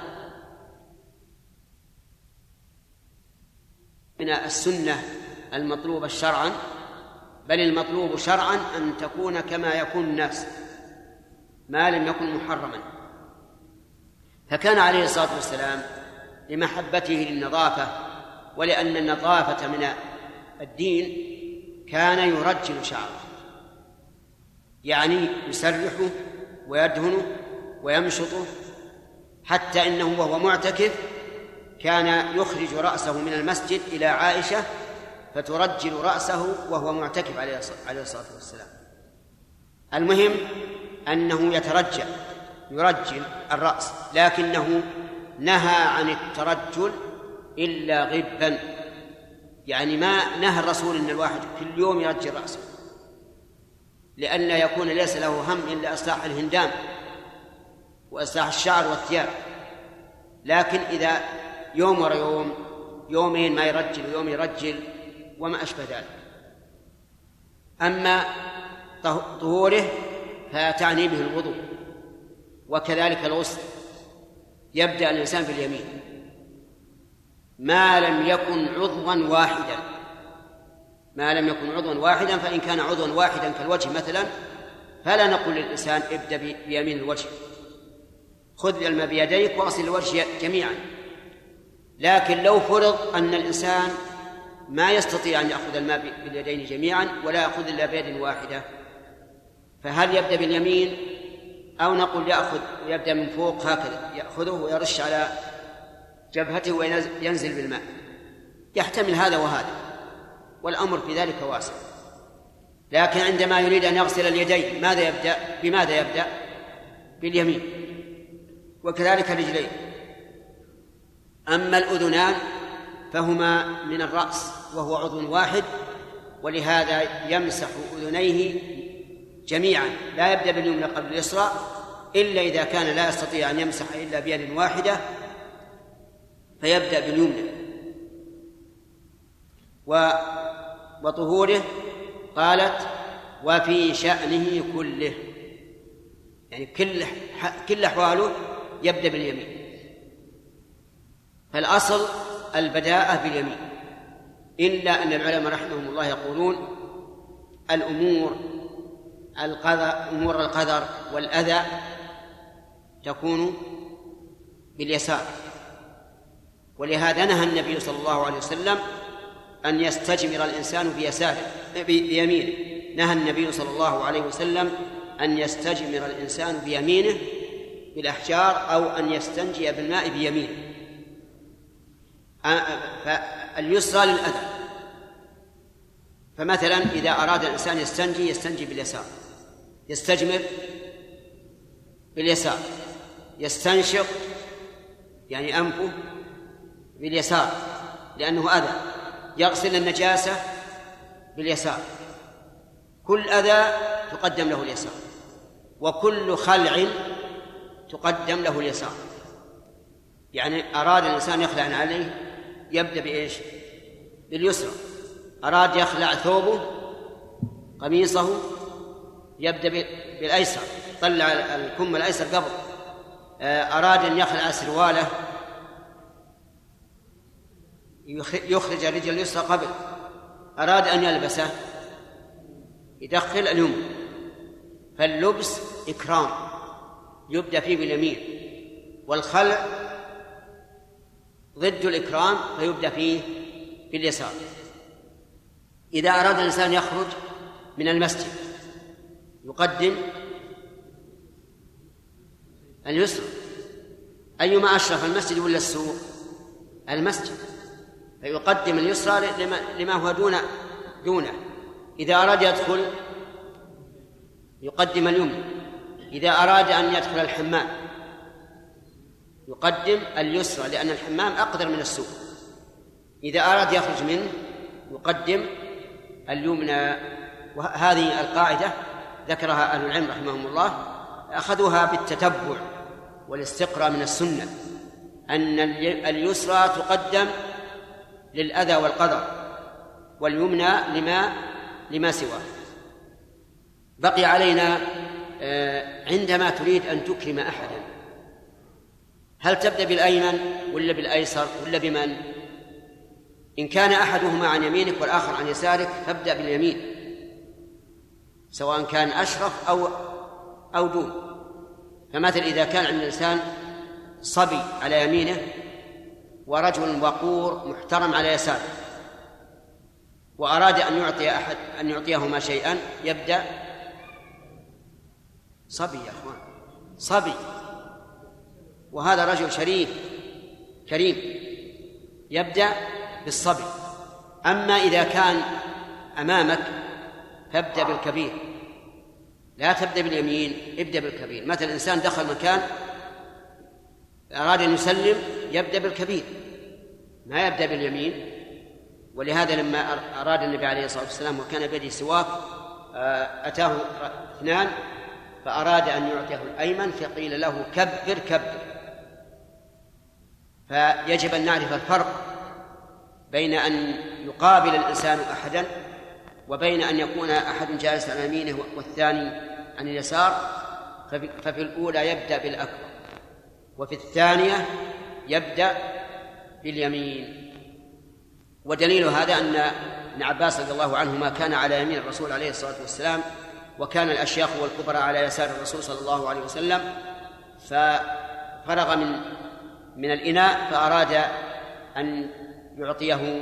من السنة المطلوبة شرعا بل المطلوب شرعا أن تكون كما يكون الناس ما لم يكن محرما. فكان عليه الصلاة والسلام لمحبته للنظافة ولأن النظافة من الدين كان يرجل شعره، يعني يسرحه ويدهنه ويمشطه، حتى إنه وهو معتكف كان يخرج رأسه من المسجد إلى عائشة فترجل رأسه وهو معتكف عليه الصلاة والسلام. المهم أنه يرجل الرأس، لكنه نهى عن الترجل إلا غبا، يعني ما نهى الرسول أن الواحد كل يوم يرجل رأسه، لأن يكون ليس له هم إلا إصلاح الهندام وإصلاح الشعر والثياب. لكن إذا يوم ورا يوم، يومين ما يرجل ويوم يرجل وما أشبه ذلك. أما طهوره فتعني به الوضوء، وكذلك الغسل. يبدأ الإنسان باليمين ما لم يكن عضوا واحدا، فإن كان عضوا واحدا كالوجه مثلا فلا نقول للإنسان ابدأ بيمين الوجه، خذ الماء بيديك واغسل الوجه جميعا. لكن لو فرض أن الإنسان ما يستطيع أن يأخذ الماء باليدين جميعا ولا يأخذ إلا بيد واحدة، فهل يبدأ باليمين أو نقول يبدأ من فوق هكذا يأخذه ويرش على جبهته وينزل بالماء؟ يحتمل هذا وهذا، والأمر في ذلك واسع. لكن عندما يريد أن يغسل اليدين بماذا يبدأ؟ باليمين، وكذلك الرجلين. أما الأذنان فهما من الرأس وهو عضو واحد، ولهذا يمسح أذنيه جميعا، لا يبدأ باليمنى قبل اليسرى إلا إذا كان لا يستطيع أن يمسح إلا بيد واحدة فيبدأ باليمنى. وطهوره قالت وفي شأنه كله، يعني كل أحواله يبدأ باليمين. فالأصل البداءة باليمين، إلا أن العلماء رحمهم الله يقولون أمور القدر والأذى تكون باليسار، ولهذا نهى النبي صلى الله عليه وسلم أن يستجمر الإنسان بيمينه. نهى النبي صلى الله عليه وسلم أن يستجمر الإنسان بيمينه بالأحجار أو أن يستنجي بالماء بيمينه. فاليسرى للأذى، فمثلا إذا أراد الإنسان يستنجي باليسار، يستجمر باليسار، يستنشق يعني أنفه باليسار لأنه أذى، يغسل النجاسة باليسار. كل أذى تقدم له اليسار، وكل خلع تقدم له اليسار. يعني أراد الإنسان يخلع عليه يبدأ بإيش؟ باليسرى. أراد يخلع ثوبه قميصه يبدأ بالأيسر، طلع الكم الأيسر قبل. أراد أن يخلع سرواله يخرج الرجل اليسرى قبل. أراد أن يلبسه يدخل اليمنى. فاللبس إكرام يبدأ فيه باليمين، والخلع ضد الإكرام فيبدأ فيه باليسار. إذا أراد الإنسان يخرج من المسجد يقدم اليسرى. أيما أشرف، المسجد ولا السوق؟ المسجد، فيقدم اليسرى لما هو دونه. إذا أراد يدخل يقدم اليمنى. إذا أراد أن يدخل الحمام يقدم اليسرى لأن الحمام أقدر من السوق. إذا أراد يخرج منه يقدم اليمنى. وهذه القاعدة ذكرها أهل العلم رحمهم الله، أخذوها بالتتبع والاستقراء من السنة، أن اليسرى تقدم للأذى والقدر، واليمنى لما سواه. بقي علينا عندما تريد أن تكرم أحدا، هل تبدأ بالأيمن ولا بالأيسر ولا بمن؟ إن كان أحدهما عن يمينك والآخر عن يسارك فابدأ باليمين، سواء كان أشرف أو دون. فمثل إذا كان عند الإنسان صبي على يمينه ورجل وقور محترم على يساره، وأراد أن يعطيهما شيئا، يبدأ صبي يا أخوان، صبي، وهذا رجل شريف كريم، يبدأ بالصبي. أما إذا كان أمامك فابدأ بالكبير، لا تبدأ باليمين، ابدأ بالكبير. مثل إنسان دخل مكان أراد أن يسلم، يبدأ بالكبير، ما يبدأ باليمين. ولهذا لما أراد النبي عليه الصلاة والسلام وكان بيده سواك، أتاه اثنان فأراد أن يعطيه الأيمن فقيل له كبر كبر. فيجب أن نعرف الفرق بين أن يقابل الإنسان أحدا وبين أن يكون أحد جالس على يمينه والثاني عن اليسار. ففي الأولى يبدأ بالأكبر، وفي الثانية يبدأ باليمين. ودليل هذا أن ابن عباس رضي الله عنهما كان على يمين الرسول عليه الصلاة والسلام، وكان الأشياخ والكبراء على يسار الرسول صلى الله عليه وسلم، ففرغ من الإناء فأراد أن يعطيه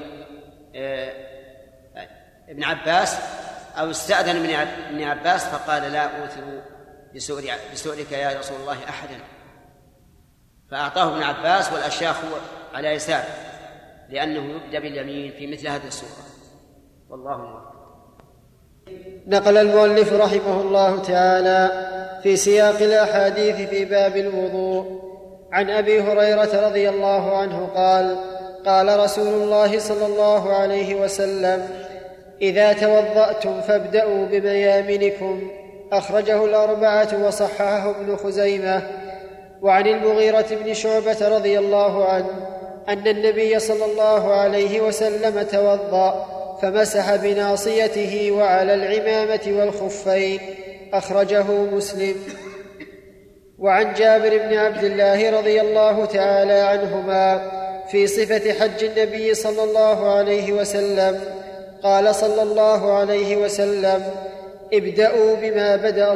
ابن عباس، أو استأذن من ابن عباس فقال لا أوثر بسؤرك يا رسول الله أحدا، فأعطاه ابن عباس والأشياخ على يسار، لأنه يبدأ باليمين في مثل هذه الصورة. والله موفق. نقل المؤلف رحمه الله تعالى في سياق الأحاديث في باب الوضوء عن أبي هريرة رضي الله عنه قال: قال رسول الله صلى الله عليه وسلم: إذا توضأتم فابدأوا بميامنكم. أخرجه الأربعة وصححه ابن خزيمة. وعن المغيرة بن شعبة رضي الله عنه أن النبي صلى الله عليه وسلم توضأ فمسح بناصيته وعلى العمامة والخفين. أخرجه مسلم. وعن جابر بن عبد الله رضي الله تعالى عنهما في صفة حج النبي صلى الله عليه وسلم قال صلى الله عليه وسلم: ابدأوا بما بدأ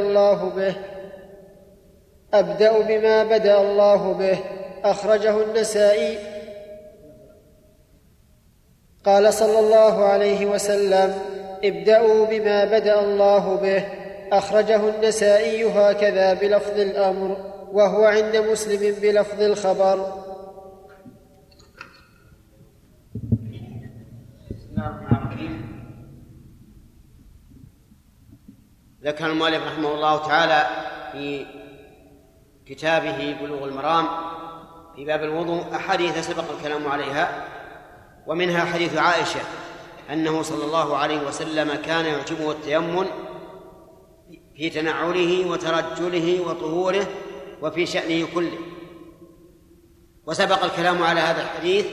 الله به. أخرجه النسائي. قال صلى الله عليه وسلم: ابدأوا بما بدأ الله به. أخرجه النسائي هكذا بلفظ الأمر، وهو عند مسلم بلفظ الخبر. ذكر المؤلف رحمه الله تعالى في كتابه بلوغ المرام في باب الوضوء أحاديث سبق الكلام عليها، ومنها حديث عائشة أنه صلى الله عليه وسلم كان يعجبه التيمم في تنعله وترجله وطهوره وفي شأنه كله. وسبق الكلام على هذا الحديث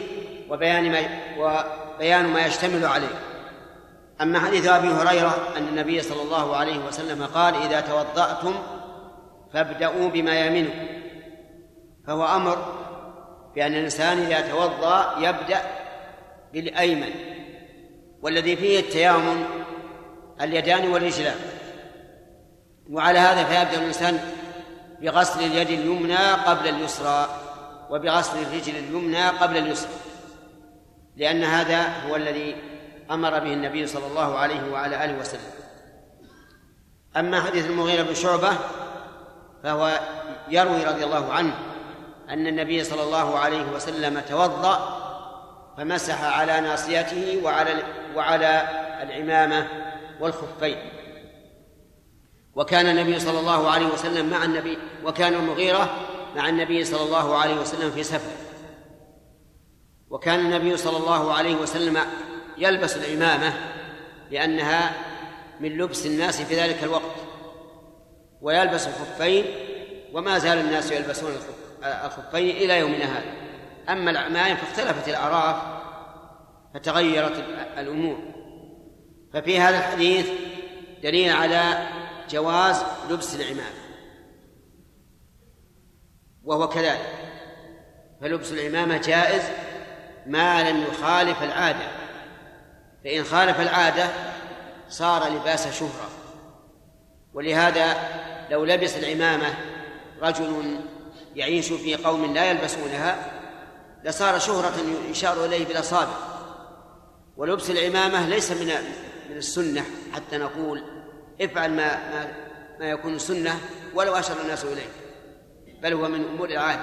وبيان ما يشتمل عليه. أما حديث أبي هريرة أن النبي صلى الله عليه وسلم قال: إذا توضأتم فابدأوا بما يمنكم، فهو أمر بأن الإنسان إذا توضأ يبدأ بالأيمن، والذي فيه التيامن اليدان والرجلان. وعلى هذا فيبدأ الإنسان بغسل اليد اليمنى قبل اليسرى، وبغسل الرجل اليمنى قبل اليسرى، لأن هذا هو الذي أمر به النبي صلى الله عليه وعلى آله وسلم. أما حديث المغيرة بن شعبة فهو يروي رضي الله عنه أن النبي صلى الله عليه وسلم توضأ فمسح على ناصيته وعلى العمامة والخفين. وكان النبي صلى الله عليه وسلم وكان المغيرة مع النبي صلى الله عليه وسلم في سفر، وكان النبي صلى الله عليه وسلم يلبس العمامة لأنها من لبس الناس في ذلك الوقت، ويلبس الخفين، وما زال الناس يلبسون الخفين إلى يومنا هذا. أما العمائم فاختلفت الأعراف فتغيرت الأمور. ففي هذا الحديث دليل على جواز لبس العمامة، وهو كذلك، فلبس العمامة جائز ما لم يخالف العادة، فإن خالف العادة صار لباس شهرة، ولهذا لو لبس العمامة رجل يعيش في قوم لا يلبسونها لصار شهرة يشار إليه بالأصابع. ولبس العمامة ليس من السنة حتى نقول افعل ما يكون سنة ولو أشار الناس إليه، بل هو من أمور العادة.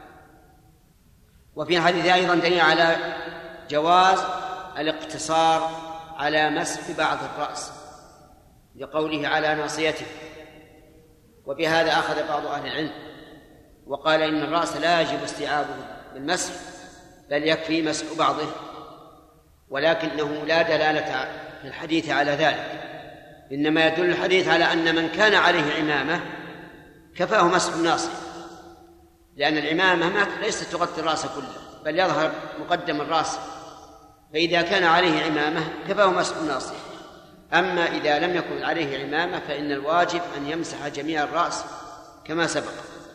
وفي الحديث أيضا دليل على جواز الاقتصار على مسح بعض الرأس لقوله على ناصيته. وبهذا أخذ بعض أهل العلم وقال إن الرأس لا يجب استيعابه بالمسح بل يكفي مسح بعضه، ولكنه لا دلالة في الحديث على ذلك، إنما يدل الحديث على أن من كان عليه عمامة كفاه مسح الناصية، لأن العمامة ليست تغطي الرأس كله بل يظهر مقدم الرأس، فإذا كان عليه عمامة كفاه مسح الناصية. أما إذا لم يكن عليه عمامة فإن الواجب أن يمسح جميع الرأس كما سبق.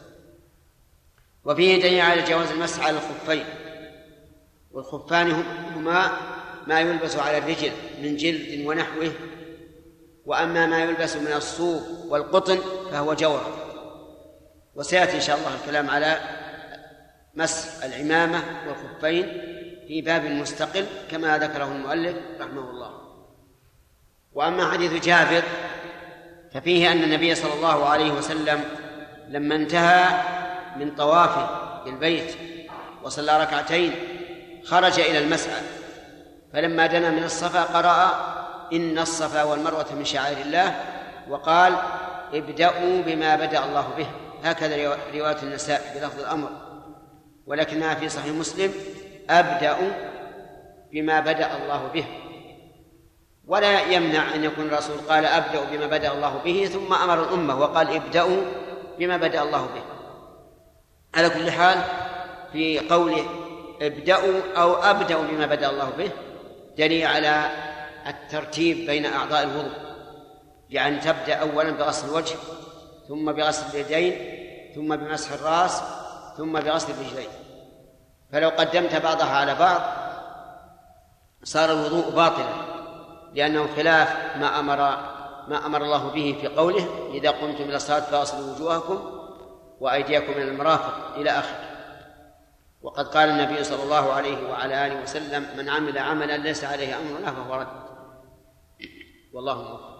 وفيه دليل على جواز المسح على الخفين، والخفان هما ما يلبس على الرجل من جلد ونحوه، وأما ما يلبس من الصوف والقطن فهو جورب. وسيأتي إن شاء الله الكلام على مسح العمامة والخفين في باب مستقل كما ذكره المؤلف رحمه الله. وأما حديث جابر ففيه أن النبي صلى الله عليه وسلم لما انتهى من طوافه بالبيت وصلى ركعتين خرج إلى المسعى، فلما دنا من الصفا قرأ إن الصفا والمروة من شعائر الله، وقال ابدأوا بما بدأ الله به، هكذا رواية النسائي بلفظ الأمر، ولكنها في صحيح مسلم أبدأوا بما بدأ الله به. ولا يمنع أن يكون الرسول قال أبدأوا بما بدأ الله به ثم أمر الأمة وقال ابدأوا بما بدأ الله به. على كل حال في قوله ابدأوا أو أبدأوا بما بدأ الله به دليل على الترتيب بين أعضاء الوضوء، يعني تبدأ أولا بغسل الوجه ثم بغسل اليدين ثم بمسح الرأس ثم بغسل الرجلين. فلو قدمت بعضها على بعض صار الوضوء باطلا، لأنه خلاف ما أمر الله به في قوله إذا قمتم إلى الصلاة فاغسلوا وجوهكم وأيديكم إلى المرافق إلى آخره. وقد قال النبي صلى الله عليه وعلى آله وسلم من عمل عملا ليس عليه أمرنا فهو رد. والله موفق.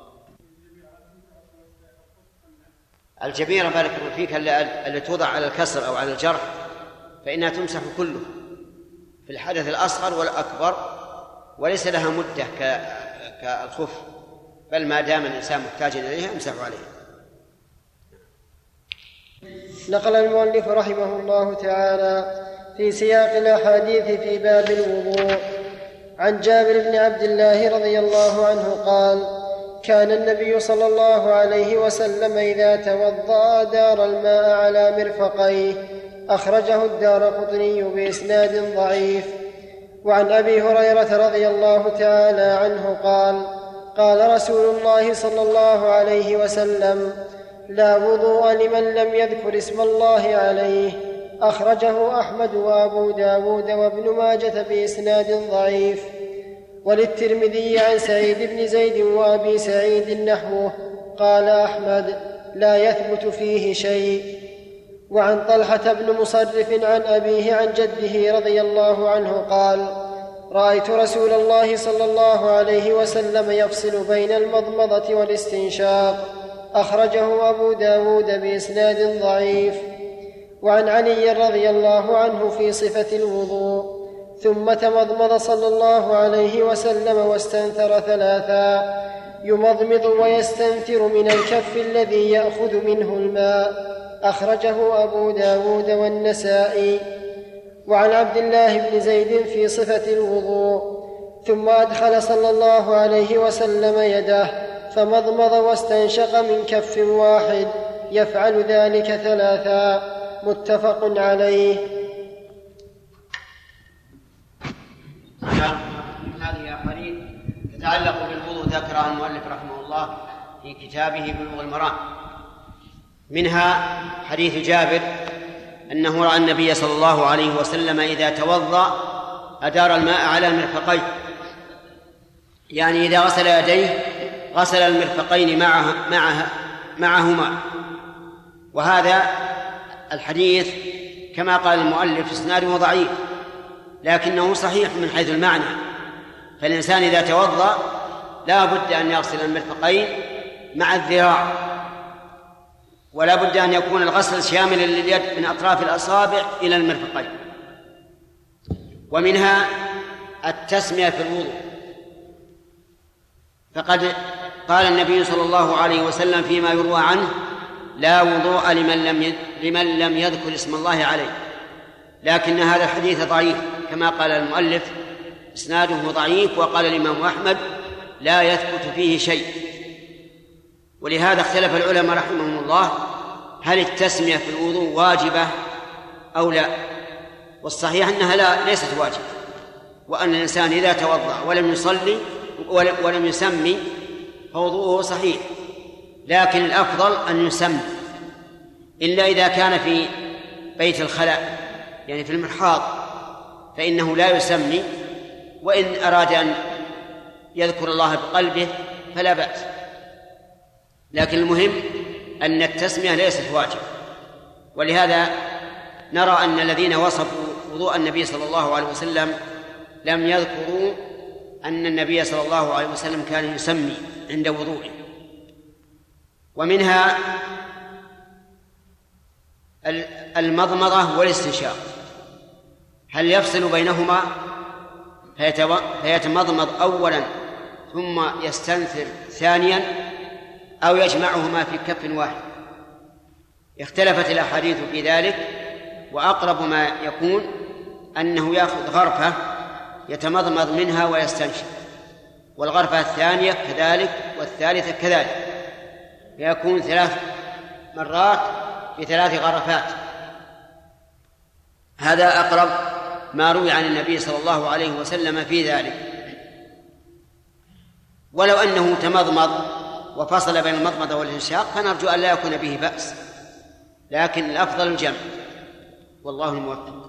الجبيرة بارك الله فيك اللي توضع على الكسر أو على الجرح فإنها تمسح كله في الحدث الأصغر والأكبر، وليس لها مدة كالخف، بل ما دام الإنسان محتاجا إليها يمسح عليها. نقل المؤلف رحمه الله تعالى في سياق الأحاديث في باب الوضوء عن جابر بن عبد الله رضي الله عنه قال كان النبي صلى الله عليه وسلم إذا توضأ دار الماء على مرفقيه، أخرجه الدارقطني بإسناد ضعيف. وعن أبي هريرة رضي الله تعالى عنه قال قال رسول الله صلى الله عليه وسلم لا وضوء لمن لم يذكر اسم الله عليه، أخرجه أحمد وأبو داود وابن ماجة بإسناد ضعيف. وللترمذي عن سعيد بن زيد وأبي سعيد نحوه. قال أحمد لا يثبت فيه شيء. وعن طلحة بن مصرف عن أبيه عن جده رضي الله عنه قال رأيت رسول الله صلى الله عليه وسلم يفصل بين المضمضة والاستنشاق، أخرجه أبو داود بإسناد ضعيف. وعن علي رضي الله عنه في صفة الوضوء ثم تمضمض صلى الله عليه وسلم واستنثر ثلاثا، يمضمض ويستنثر من الكف الذي يأخذ منه الماء، أخرجه أبو داود والنسائي. وعن عبد الله بن زيد في صفة الوضوء ثم أدخل صلى الله عليه وسلم يده فمضمض واستنشق من كف واحد، يفعل ذلك ثلاثا، متفق عليه. هذه أحاديث تتعلق بالوضوء ذكرها المؤلف رحمه الله في كتابه بلوغ المرام. منها حديث جابر أنه رأى النبي صلى الله عليه وسلم إذا توضأ أدار الماء على المرفقين، يعني إذا غسل يديه غسل المرفقين معهما. وهذا الحديث كما قال المؤلف إسناده ضعيف، لكنه صحيح من حيث المعنى. فالإنسان إذا توضأ لا بد أن يغسل المرفقين مع الذراع، ولا بد أن يكون الغسل شاملا لليد من أطراف الأصابع إلى المرفقين. ومنها التسمية في الوضوء، فقد قال النبي صلى الله عليه وسلم فيما يروى عنه: لا وضوء لمن لم يذكر اسم الله عليه. لكن هذا الحديث ضعيف كما قال المؤلف، إسناده ضعيف. وقال الإمام أحمد: لا يثبت فيه شيء. ولهذا اختلف العلماء رحمهم الله هل التسمية في الوضوء واجبة أو لا. والصحيح أنها ليست واجبة، وأن الإنسان إذا توضأ ولم يصلي ولم يسمي فوضوءه صحيح. لكن الأفضل أن يسمي، إلا إذا كان في بيت الخلاء يعني في المرحاض فإنه لا يسمي، وإن أراد أن يذكر الله بقلبه فلا بأس. لكن المهم أن التسمية ليست واجب. ولهذا نرى أن الذين وصفوا وضوء النبي صلى الله عليه وسلم لم يذكروا أن النبي صلى الله عليه وسلم كان يسمي عند وضوءه. ومنها المضمضة والاستنشاق، هل يفصل بينهما فيتمضمض أولا ثم يستنثر ثانيا، أو يجمعهما في كف واحد؟ اختلفت الأحاديث في ذلك، وأقرب ما يكون أنه يأخذ غرفة يتمضمض منها ويستنشق، والغرفة الثانية كذلك والثالثة كذلك، فيكون 3 مرات ب3 غرفات. هذا أقرب ما روي عن النبي صلى الله عليه وسلم في ذلك. ولو أنه تمضمض وفصل بين المضمضة والاستنشاق فنرجو أن لا يكون به بأس، لكن الأفضل الجمع، والله الموفق.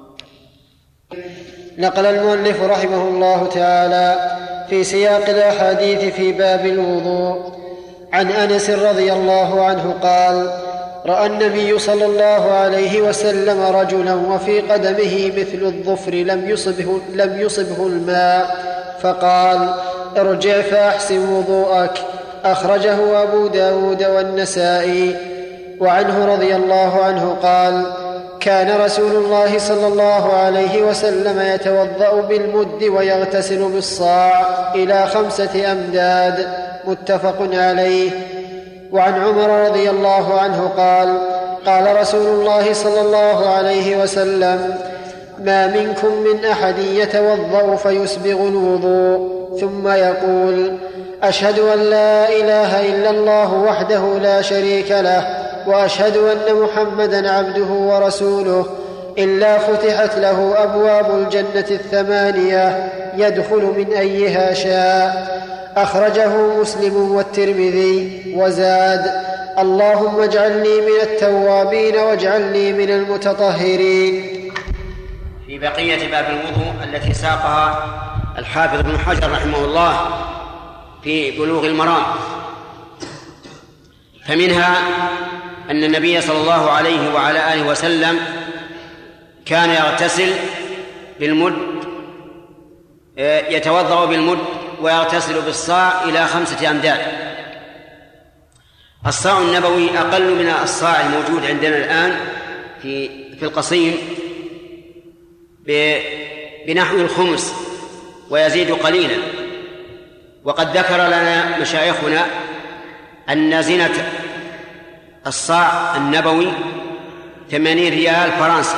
نقل المؤلف رحمه الله تعالى في سياق الأحاديث في باب الوضوء عن أنس رضي الله عنه قال: رأى النبي صلى الله عليه وسلم رجلا وفي قدمه مثل الظفر لم يصبه الماء، فقال: ارجع فأحسن وضوءك. أخرجه أبو داود والنسائي. وعنه رضي الله عنه قال: كان رسول الله صلى الله عليه وسلم يتوضأ بالمد ويغتسل بالصاع إلى 5 أمداد. متفق عليه. وعن عمر رضي الله عنه قال: قال رسول الله صلى الله عليه وسلم: ما منكم من أحد يتوضأ فيسبغ الوضوء ثم يقول: أشهد أن لا إله إلا الله وحده لا شريك له وأشهد أن محمدا عبده ورسوله، إلا فتحت له أبواب الجنة 8 يدخل من أيها شاء. أخرجه مسلم والترمذي. وزاد: اللهم اجعلني من التوابين واجعلني من المتطهرين. في بقية باب الوضوء التي ساقها الحافظ ابن حجر رحمه الله في بلوغ المرام، فمنها أن النبي صلى الله عليه وعلى آله وسلم كان يغتسل بالمد، يتوضأ بالمد ويغتسل بالصاع إلى 5 أمداد. الصاع النبوي أقل من الصاع الموجود عندنا الآن في القصيم بنحو الخمس ويزيد قليلا. وقد ذكر لنا مشايخنا أن زينة الصاع النبوي 80 ريال فرنسا،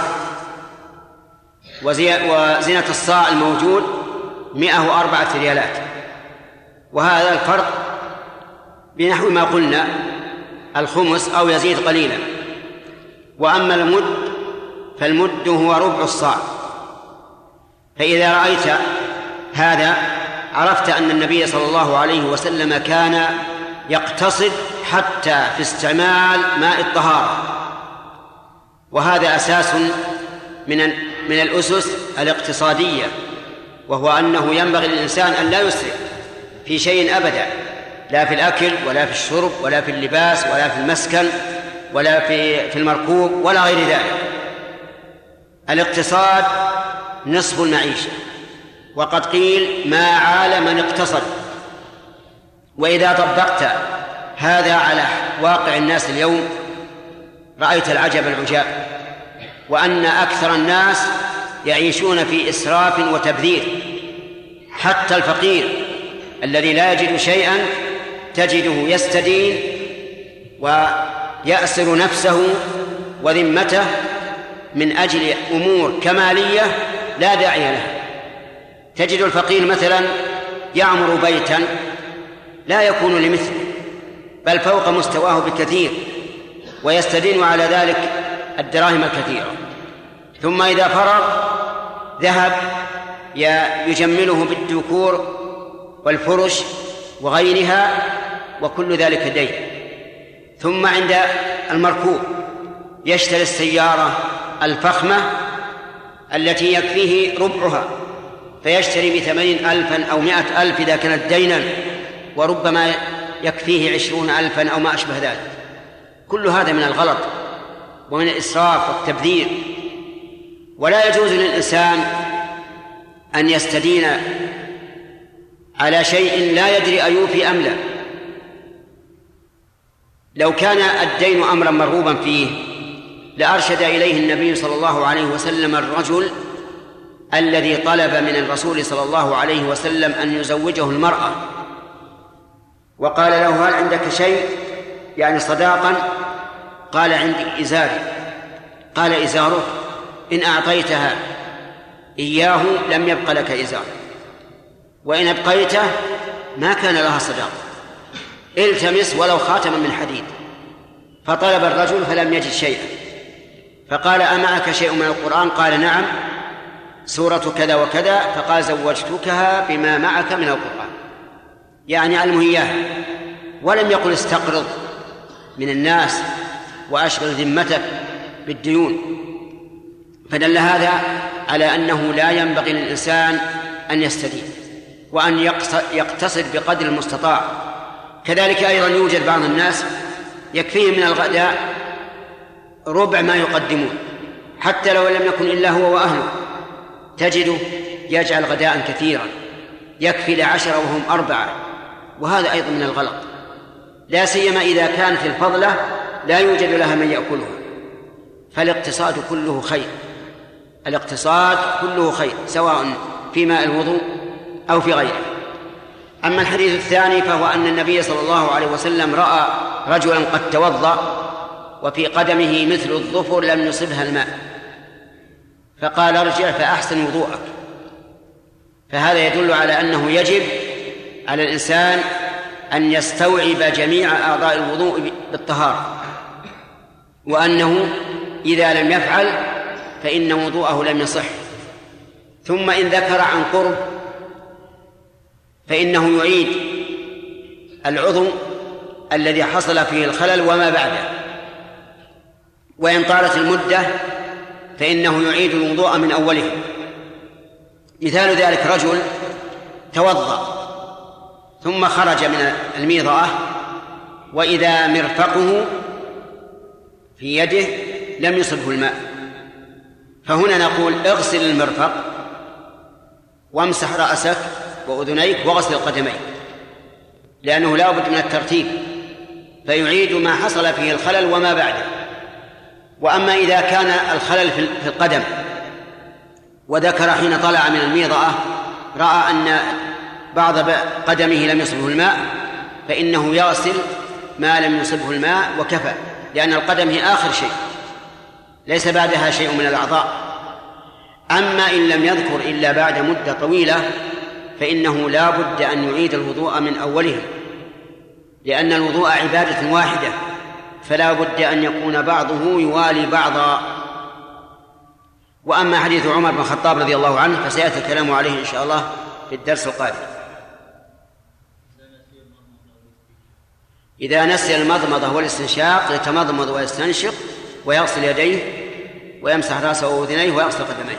وزينة الصاع الموجود 104 ريالات. وهذا الفرق بنحو ما قلنا الخمس أو يزيد قليلا. وأما المد فالمد هو ربع الصاع. فإذا رأيت هذا عرفت أن النبي صلى الله عليه وسلم كان يقتصد حتى في استعمال ماء الطهارة، وهذا أساس من الأسس الاقتصادية، وهو أنه ينبغي للإنسان أن لا يسرف في شيء أبدا، لا في الأكل ولا في الشرب ولا في اللباس ولا في المسكن ولا في المركوب ولا غير ذلك. الاقتصاد نصف المعيشة، وقد قيل ما عال من اقتصد. وإذا طبقت هذا على واقع الناس اليوم رأيت العجب العجاب، وأن أكثر الناس يعيشون في إسراف وتبذير. حتى الفقير الذي لا يجد شيئا تجده يستدين ويأسر نفسه وذمته من أجل أمور كمالية لا داعي لها. تجد الفقير مثلا يعمر بيتا لا يكون لمثله بل فوق مستواه بكثير، ويستدين على ذلك الدراهم الكثيرة، ثم إذا فرغ ذهب يجمله بالديكور والفرش وغيرها، وكل ذلك دين. ثم عند المركوب يشتري السيارة الفخمة التي يكفيه ربعها، فيشتري ب80,000 أو 100,000 إذا كانت دينا، وربما يكفيه 20,000 أو ما أشبه ذلك. كل هذا من الغلط ومن الإسراف والتبذير. ولا يجوز للإنسان أن يستدين على شيء لا يدري أيوفي أم لا. لو كان الدين أمرا مرغوبا فيه لأرشد إليه النبي صلى الله عليه وسلم الرجل الذي طلب من الرسول صلى الله عليه وسلم أن يزوجه المرأة، وقال له هل عندك شيء يعني صداقا؟ قال عندي إزاري. قال إزارك إن أعطيتها إياه لم يبق لك إزار، وإن أبقيته ما كان لها صداقة، التمس ولو خاتما من حديد. فطلب الرجل فلم يجد شيئا، فقال أمعك شيء من القرآن؟ قال نعم، سورة كذا وكذا. فقال زوجتكها بما معك من القرآن، يعني علمه إياها، ولم يقل استقرض من الناس وأشغل ذمتك بالديون. فدل هذا على أنه لا ينبغي للإنسان أن يستدين، وأن يقتصد بقدر المستطاع. كذلك أيضا يوجد بعض الناس يكفيه من الغداء ربع ما يقدمون، حتى لو لم يكن إلا هو وأهله، تجده يجعل غداء كثيرا يكفي ل10 وهم 4، وهذا أيضا من الغلط، لا سيما إذا كانت الفضلة لا يوجد لها من يأكلها. فالاقتصاد كله خير، الاقتصاد كله خير، سواء في ماء الوضوء أو في غيره. أما الحديث الثاني فهو أن النبي صلى الله عليه وسلم رأى رجلا قد توضأ وفي قدمه مثل الظفر لم يصبها الماء، فقال ارجع فأحسن وضوءك. فهذا يدل على أنه يجب على الإنسان أن يستوعب جميع أعضاء الوضوء بالطهارة، وأنه إذا لم يفعل فإن وضوءه لم يصح. ثم إن ذكر عن قرب فإنه يعيد العضو الذي حصل فيه الخلل وما بعده، وإن طالت المدة فإنه يعيد الوضوء من أوله. مثال ذلك رجل توضأ ثم خرج من الميضأة وإذا مرفقه في يده لم يصبه الماء، فهنا نقول اغسل المرفق وامسح رأسك وأذنيك وغسل القدمين، لأنه لا بد من الترتيب، فيعيد ما حصل فيه الخلل وما بعده. وأما إذا كان الخلل في القدم وذكر حين طلع من الميضأة رأى أن بعض قدمه لم يصبه الماء، فإنه يغسل ما لم يصبه الماء وكفى، لأن القدم هي آخر شيء، ليس بعدها شيء من الأعضاء. أما إن لم يذكر إلا بعد مدة طويلة فإنه لا بد أن يعيد الوضوء من أوله، لأن الوضوء عبادة واحدة، فلا بد أن يكون بعضه يوالي بعضا. وأما حديث عمر بن الخطاب رضي الله عنه فسيأتي الكلام عليه إن شاء الله في الدرس القادم. إذا نسي المضمضة والاستنشاق يتمضمض ويستنشق ويغسل يديه ويمسح رأسه وأذنيه ويغسل قدميه،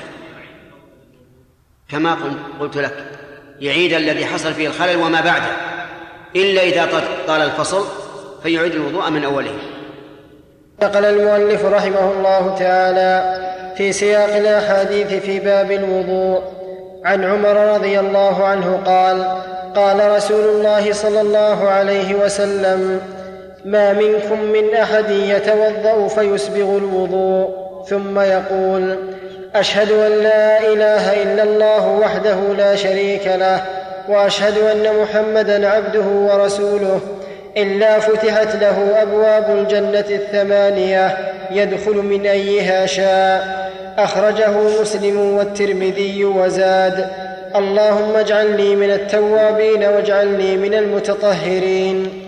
كما قلت لك، يعيد الذي حصل فيه الخلل وما بعده، إلا إذا طال الفصل فيعيد الوضوء من أوله. نقل المؤلف رحمه الله تعالى في سياق الأحاديث في باب الوضوء عن عمر رضي الله عنه قال: قال رسول الله صلى الله عليه وسلم: ما منكم من أحد يتوضأ فيسبغ الوضوء ثم يقول: أشهد أن لا إله إلا الله وحده لا شريك له وأشهد أن محمدا عبده ورسوله إلا فتحت له أبواب الجنة 8 يدخل من أيها شاء. أخرجه مسلم والترمذي وزاد: اللهم اجعلني من التوابين واجعلني من المتطهرين.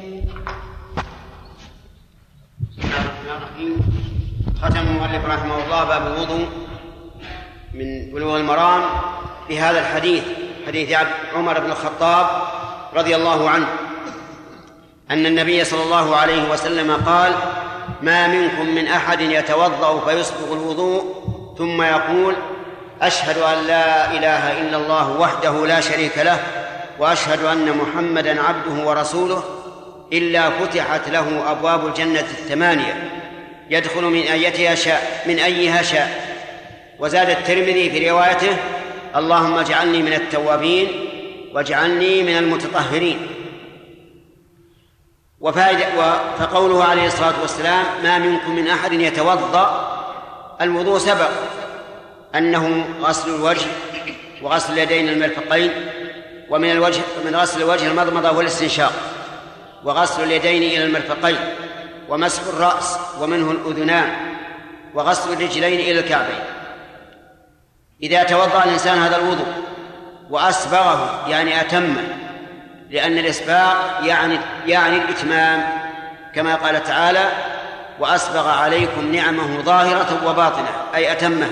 ختم المؤلف رحمه الله باب الوضوء من بلوغ المرام بهذا الحديث، حديث عمر بن الخطاب رضي الله عنه أن النبي صلى الله عليه وسلم قال: ما منكم من أحد يتوضأ فيسبغ الوضوء ثم يقول: أشهد أن لا إله إلا الله وحده لا شريك له وأشهد أن محمدا عبده ورسوله إلا فتحت له أبواب الجنة 8 يدخل من أيها شاء. وزاد الترمذي في روايته: اللهم اجعلني من التوابين واجعلني من المتطهرين. فقوله عليه الصلاة والسلام: ما منكم من أحد يتوضأ، الوضوء سبق أنه غسل الوجه وغسل اليدين المرفقين، ومن غسل الوجه المضمضة والاستنشاق، وغسل اليدين إلى المرفقين، ومسح الرأس ومنه الأذنان، وغسل الرجلين إلى الكعبين. إذا توضأ الإنسان هذا الوضوء وأسبغه يعني أتمه، لأن الإسباغ يعني الإتمام، كما قال تعالى: وأسبغ عليكم نعمه ظاهرة وباطنة، أي أتمه.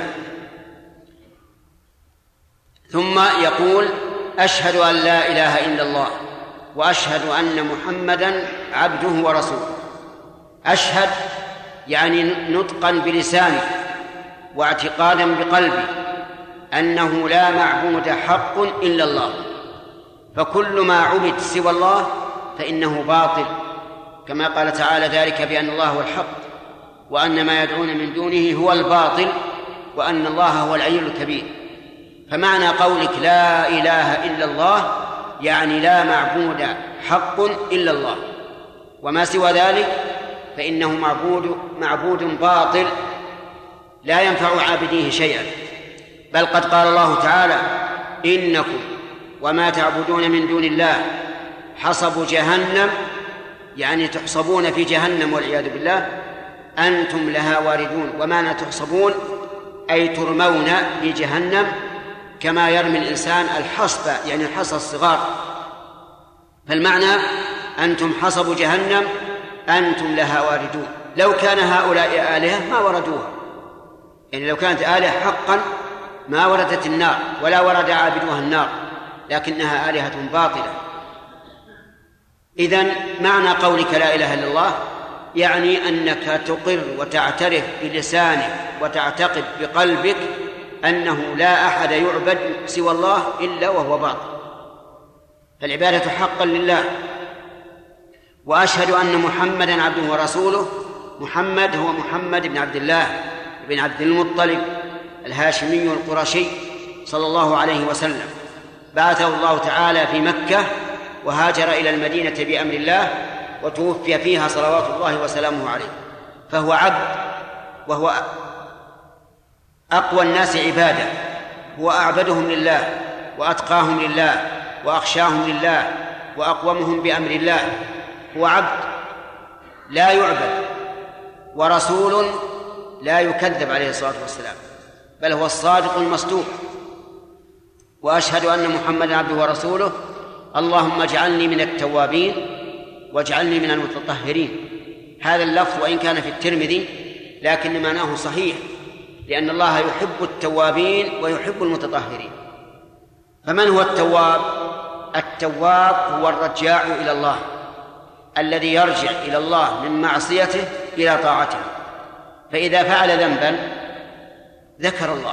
ثم يقول: أشهد أن لا إله إلا الله وأشهد أن محمدا عبده ورسوله. أشهد يعني نطقا بلسانه واعتقادا بقلبه أنه لا معبود حق إلا الله، فكل ما عبد سوى الله فإنه باطل، كما قال تعالى: ذلك بأن الله هو الحق وأن ما يدعون من دونه هو الباطل وأن الله هو العلي الكبير. فمعنى قولك لا إله إلا الله يعني لا معبود حق إلا الله، وما سوى ذلك فإنه معبود باطل لا ينفع عابديه شيئا. بل قد قال الله تعالى: إنكم وما تعبدون من دون الله حصب جهنم، يعني تحصبون في جهنم والعياذ بالله، أنتم لها واردون. ومعنى تحصبون أي ترمون في جهنم كما يرمي الإنسان الحصبة، يعني الحصى الصغار. فالمعنى أنتم حصب جهنم أنتم لها واردون. لو كان هؤلاء آلهة ما وردوها، يعني لو كانت آلهة حقا ما وردت النار ولا ورد عابدوها النار، لكنها آلهة باطلة. إذن معنى قولك لا إله إلا الله يعني أنك تقر وتعترف بلسانك وتعتقد بقلبك أنه لا أحد يعبد سوى الله إلا وهو باطل، فالعبادة حقا لله. وأشهد أن محمدا عبده ورسوله. محمد هو محمد بن عبد الله بن عبد المطلب الهاشمي القرشي صلى الله عليه وسلم، بعثه الله تعالى في مكة وهاجر إلى المدينة بأمر الله وتوفي فيها صلوات الله وسلامه عليه، فهو عبد، وهو أقوى الناس عبادة، هو أعبدهم لله وأتقاهم لله وأخشاهم لله وأقومهم بأمر الله. هو عبد لا يعبد ورسول لا يكذب عليه الصلاة والسلام، بل هو الصادق المصدوق. وأشهد أن محمدا عبده ورسوله. اللهم اجعلني من التوابين واجعلني من المتطهرين. هذا اللفظ وإن كان في الترمذي لكن معناه صحيح، لأن الله يحب التوابين ويحب المتطهرين. فمن هو التواب؟ التواب هو الرجاع إلى الله، الذي يرجع إلى الله من معصيته إلى طاعته. فإذا فعل ذنبا ذكر الله،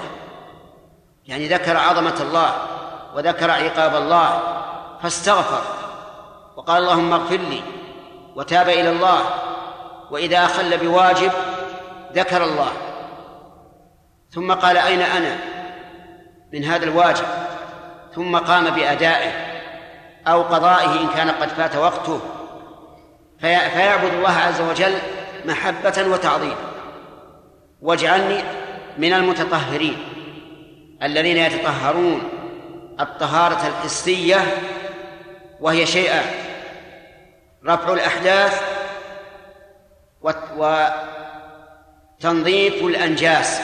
يعني ذكر عظمة الله وذكر عقاب الله فاستغفر، وقال اللهم اغفر لي وتاب إلى الله، وإذا أخل بواجب ذكر الله ثم قال أين أنا من هذا الواجب، ثم قام بأدائه أو قضائه إن كان قد فات وقته، فيعبد الله عز وجل محبة وتعظيم. واجعلني من المتطهرين الذين يتطهرون الطهارة الحسية، وهي شيئان: رفع الأحداث وتنظيف الأنجاس.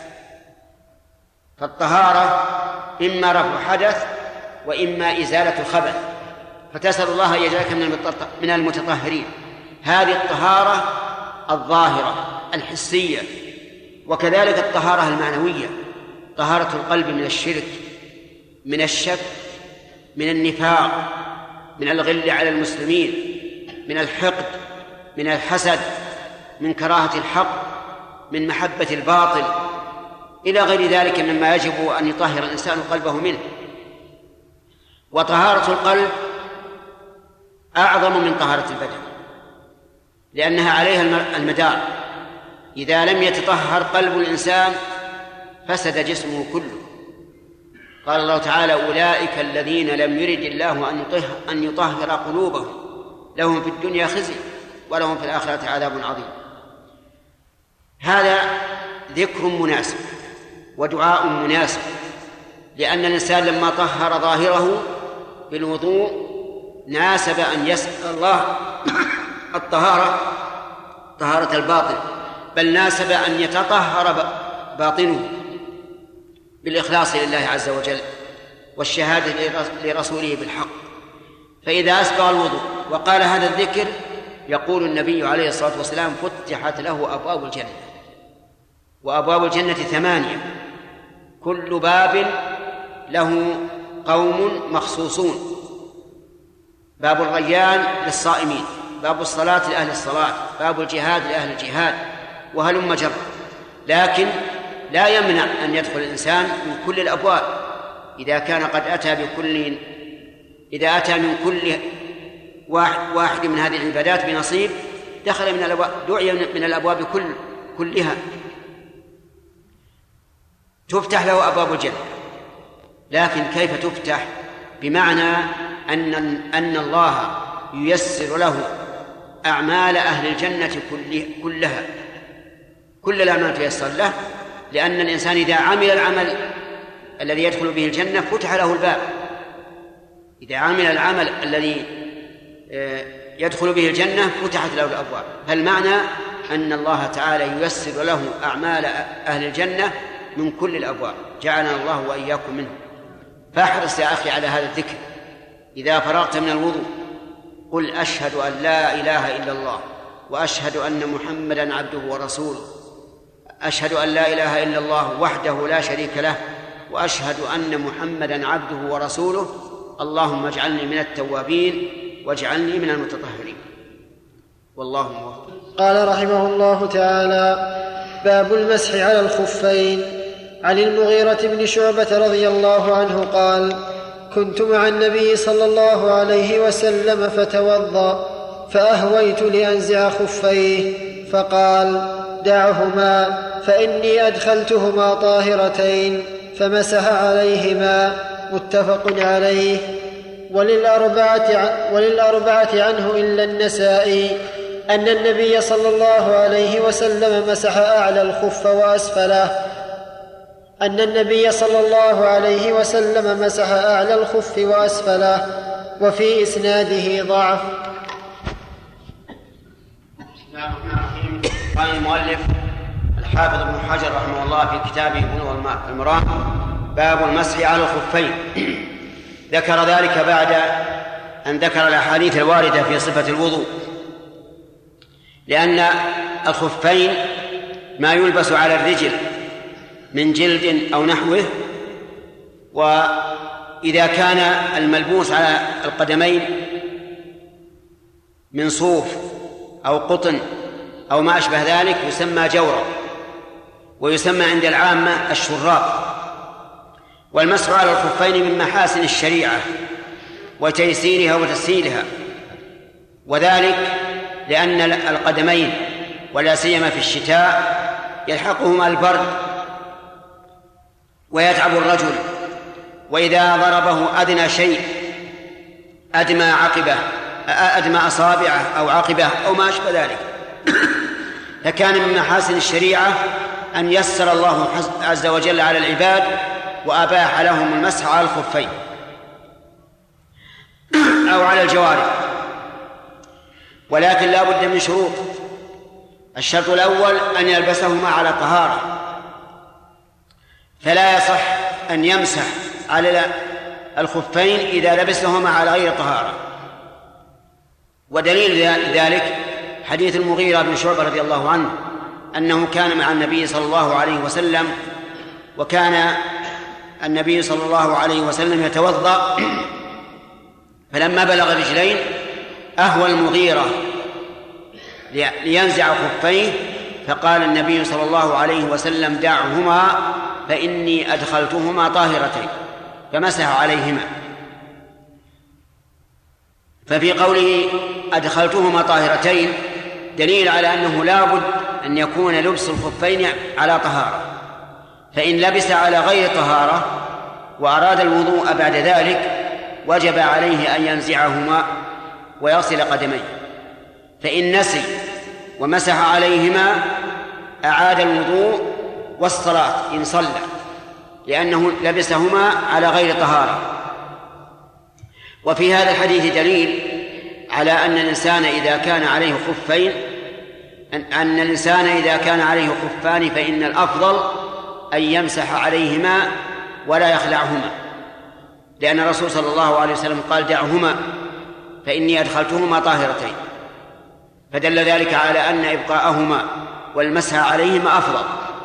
فالطهارة إما رفع حدث وإما إزالة خبث، فتسأل الله أن يجعلك من المتطهرين. هذه الطهارة الظاهرة الحسية، وكذلك الطهارة المعنوية، طهارة القلب من الشرك، من الشك، من النفاق، من الغل على المسلمين، من الحقد، من الحسد، من كراهة الحق، من محبة الباطل، إلى غير ذلك مما يجب أن يطهر الإنسان قلبه منه. وطهارة القلب أعظم من طهارة البدن، لأنها عليها المدار. إذا لم يتطهر قلب الإنسان فسد جسمه كله. قال الله تعالى: أولئك الذين لم يرد الله أن يطهر قلوبهم لهم في الدنيا خزي ولهم في الآخرة عذاب عظيم. هذا ذكر مناسب ودعاء مناسب، لأن الإنسان لما طهر ظاهره بالوضوء ناسب أن يسأل الله طهارة الباطن، بل ناسب أن يتطهر باطنه بالإخلاص لله عز وجل والشهادة لرسوله بالحق. فإذا أسبغ الوضوء وقال هذا الذكر، يقول النبي عليه الصلاة والسلام: فتحت له أبواب الجنة، وأبواب الجنة 8، كل باب له قوم مخصوصون: باب الريان للصائمين، باب الصلاة لأهل الصلاة، باب الجهاد لأهل الجهاد، وهلم جرا. لكن لا يمنع أن يدخل الإنسان من كل الأبواب إذا كان قد إذا أتى من كل واحد من هذه العبادات بنصيب دخل من الأبواب، دعي من الأبواب كلها، تفتح له أبواب الجنة. لكن كيف تفتح؟ بمعنى أن الله ييسر له أعمال أهل الجنة كلها، كل الأعمال تيسر له، لأن الإنسان إذا عمل العمل الذي يدخل به الجنة فتح له الباب. إذا عمل العمل الذي يدخل به الجنة فتحت له الأبواب. فالمعنى أن الله تعالى ييسر له أعمال أهل الجنة من كل الأبواب، جعلنا الله وإياكم منه. فاحرص يا أخي على هذا الذكر. إذا فرغت من الوضوء قل: أشهد أن لا إله إلا الله، وأشهد أن محمدا عبده ورسوله، أشهد أن لا إله إلا الله وحده لا شريك له، وأشهد أن محمدا عبده ورسوله، اللهم اجعلني من التوابين واجعلني من المتطهرين. والله موفق. قال رحمه الله تعالى: باب المسح على الخفين. عن المغيرة بن شعبة رضي الله عنه قال: كنت مع النبي صلى الله عليه وسلم فتوضأ، فأهويت لأنزع خفيه، فقال: دعهما فإني أدخلتهما طاهرتين، فمسح عليهما. متفق عليه. وللأربعة عنه إلا النسائي أن النبي صلى الله عليه وسلم مسح أعلى الخف وأسفله. وفي إسناده ضعف. قال المؤلف الحافظ ابن حجر رحمه الله في كتابه بلوغ المرام: باب المسح على الخفين. ذكر ذلك بعد أن ذكر الأحاديث الواردة في صفة الوضوء، لأن الخفين ما يلبس على الرجل من جلد أو نحوه، وإذا كان الملبوس على القدمين من صوف أو قطن أو ما أشبه ذلك يسمى جورب، ويسمى عند العامة الشراب. والمسح على الخفين من محاسن الشريعة وتيسيرها وتسهيلها، وذلك لأن القدمين ولا سيما في الشتاء يلحقهما البرد ويتعب الرجل، وإذا ضربه أدنى شيء، أدمى أصابعه أو عقبه أو ما أشبه ذلك، فكان من محاسن الشريعة أن يسر الله عز وجل على العباد وأباح لهم المسح على الخفين أو على الجوارح، ولكن لا بد من شروط. الشرط الأول أن يلبسهما على طهارة، فلا يصح أن يمسح على الخفين إذا لبسهما على غير طهارة. ودليل ذلك حديث المغيرة بن شعبة رضي الله عنه أنه كان مع النبي صلى الله عليه وسلم، وكان النبي صلى الله عليه وسلم يتوضأ، فلما بلغ رجلين أهوى المغيرة لينزع خفيه، فقال النبي صلى الله عليه وسلم: دعهما فإني أدخلتهما طاهرتين، فمسح عليهما. ففي قوله أدخلتهما طاهرتين دليل على أنه لا بد أن يكون لبس الخفين على طهارة، فإن لبس على غير طهارة وأراد الوضوء بعد ذلك وجب عليه أن ينزعهما ويغسل قدميه، فإن نسي ومسح عليهما أعاد الوضوء والصلاة إن صلى، لأنه لبسهما على غير طهارة. وفي هذا الحديث دليل على أن الإنسان إذا كان عليه خفان فإن الأفضل أن يمسح عليهما ولا يخلعهما، لأن الرسول صلى الله عليه وسلم قال: دعهما فإني أدخلتهما طاهرتين، فدل ذلك على أن إبقاءهما والمسح عليهما أفضل.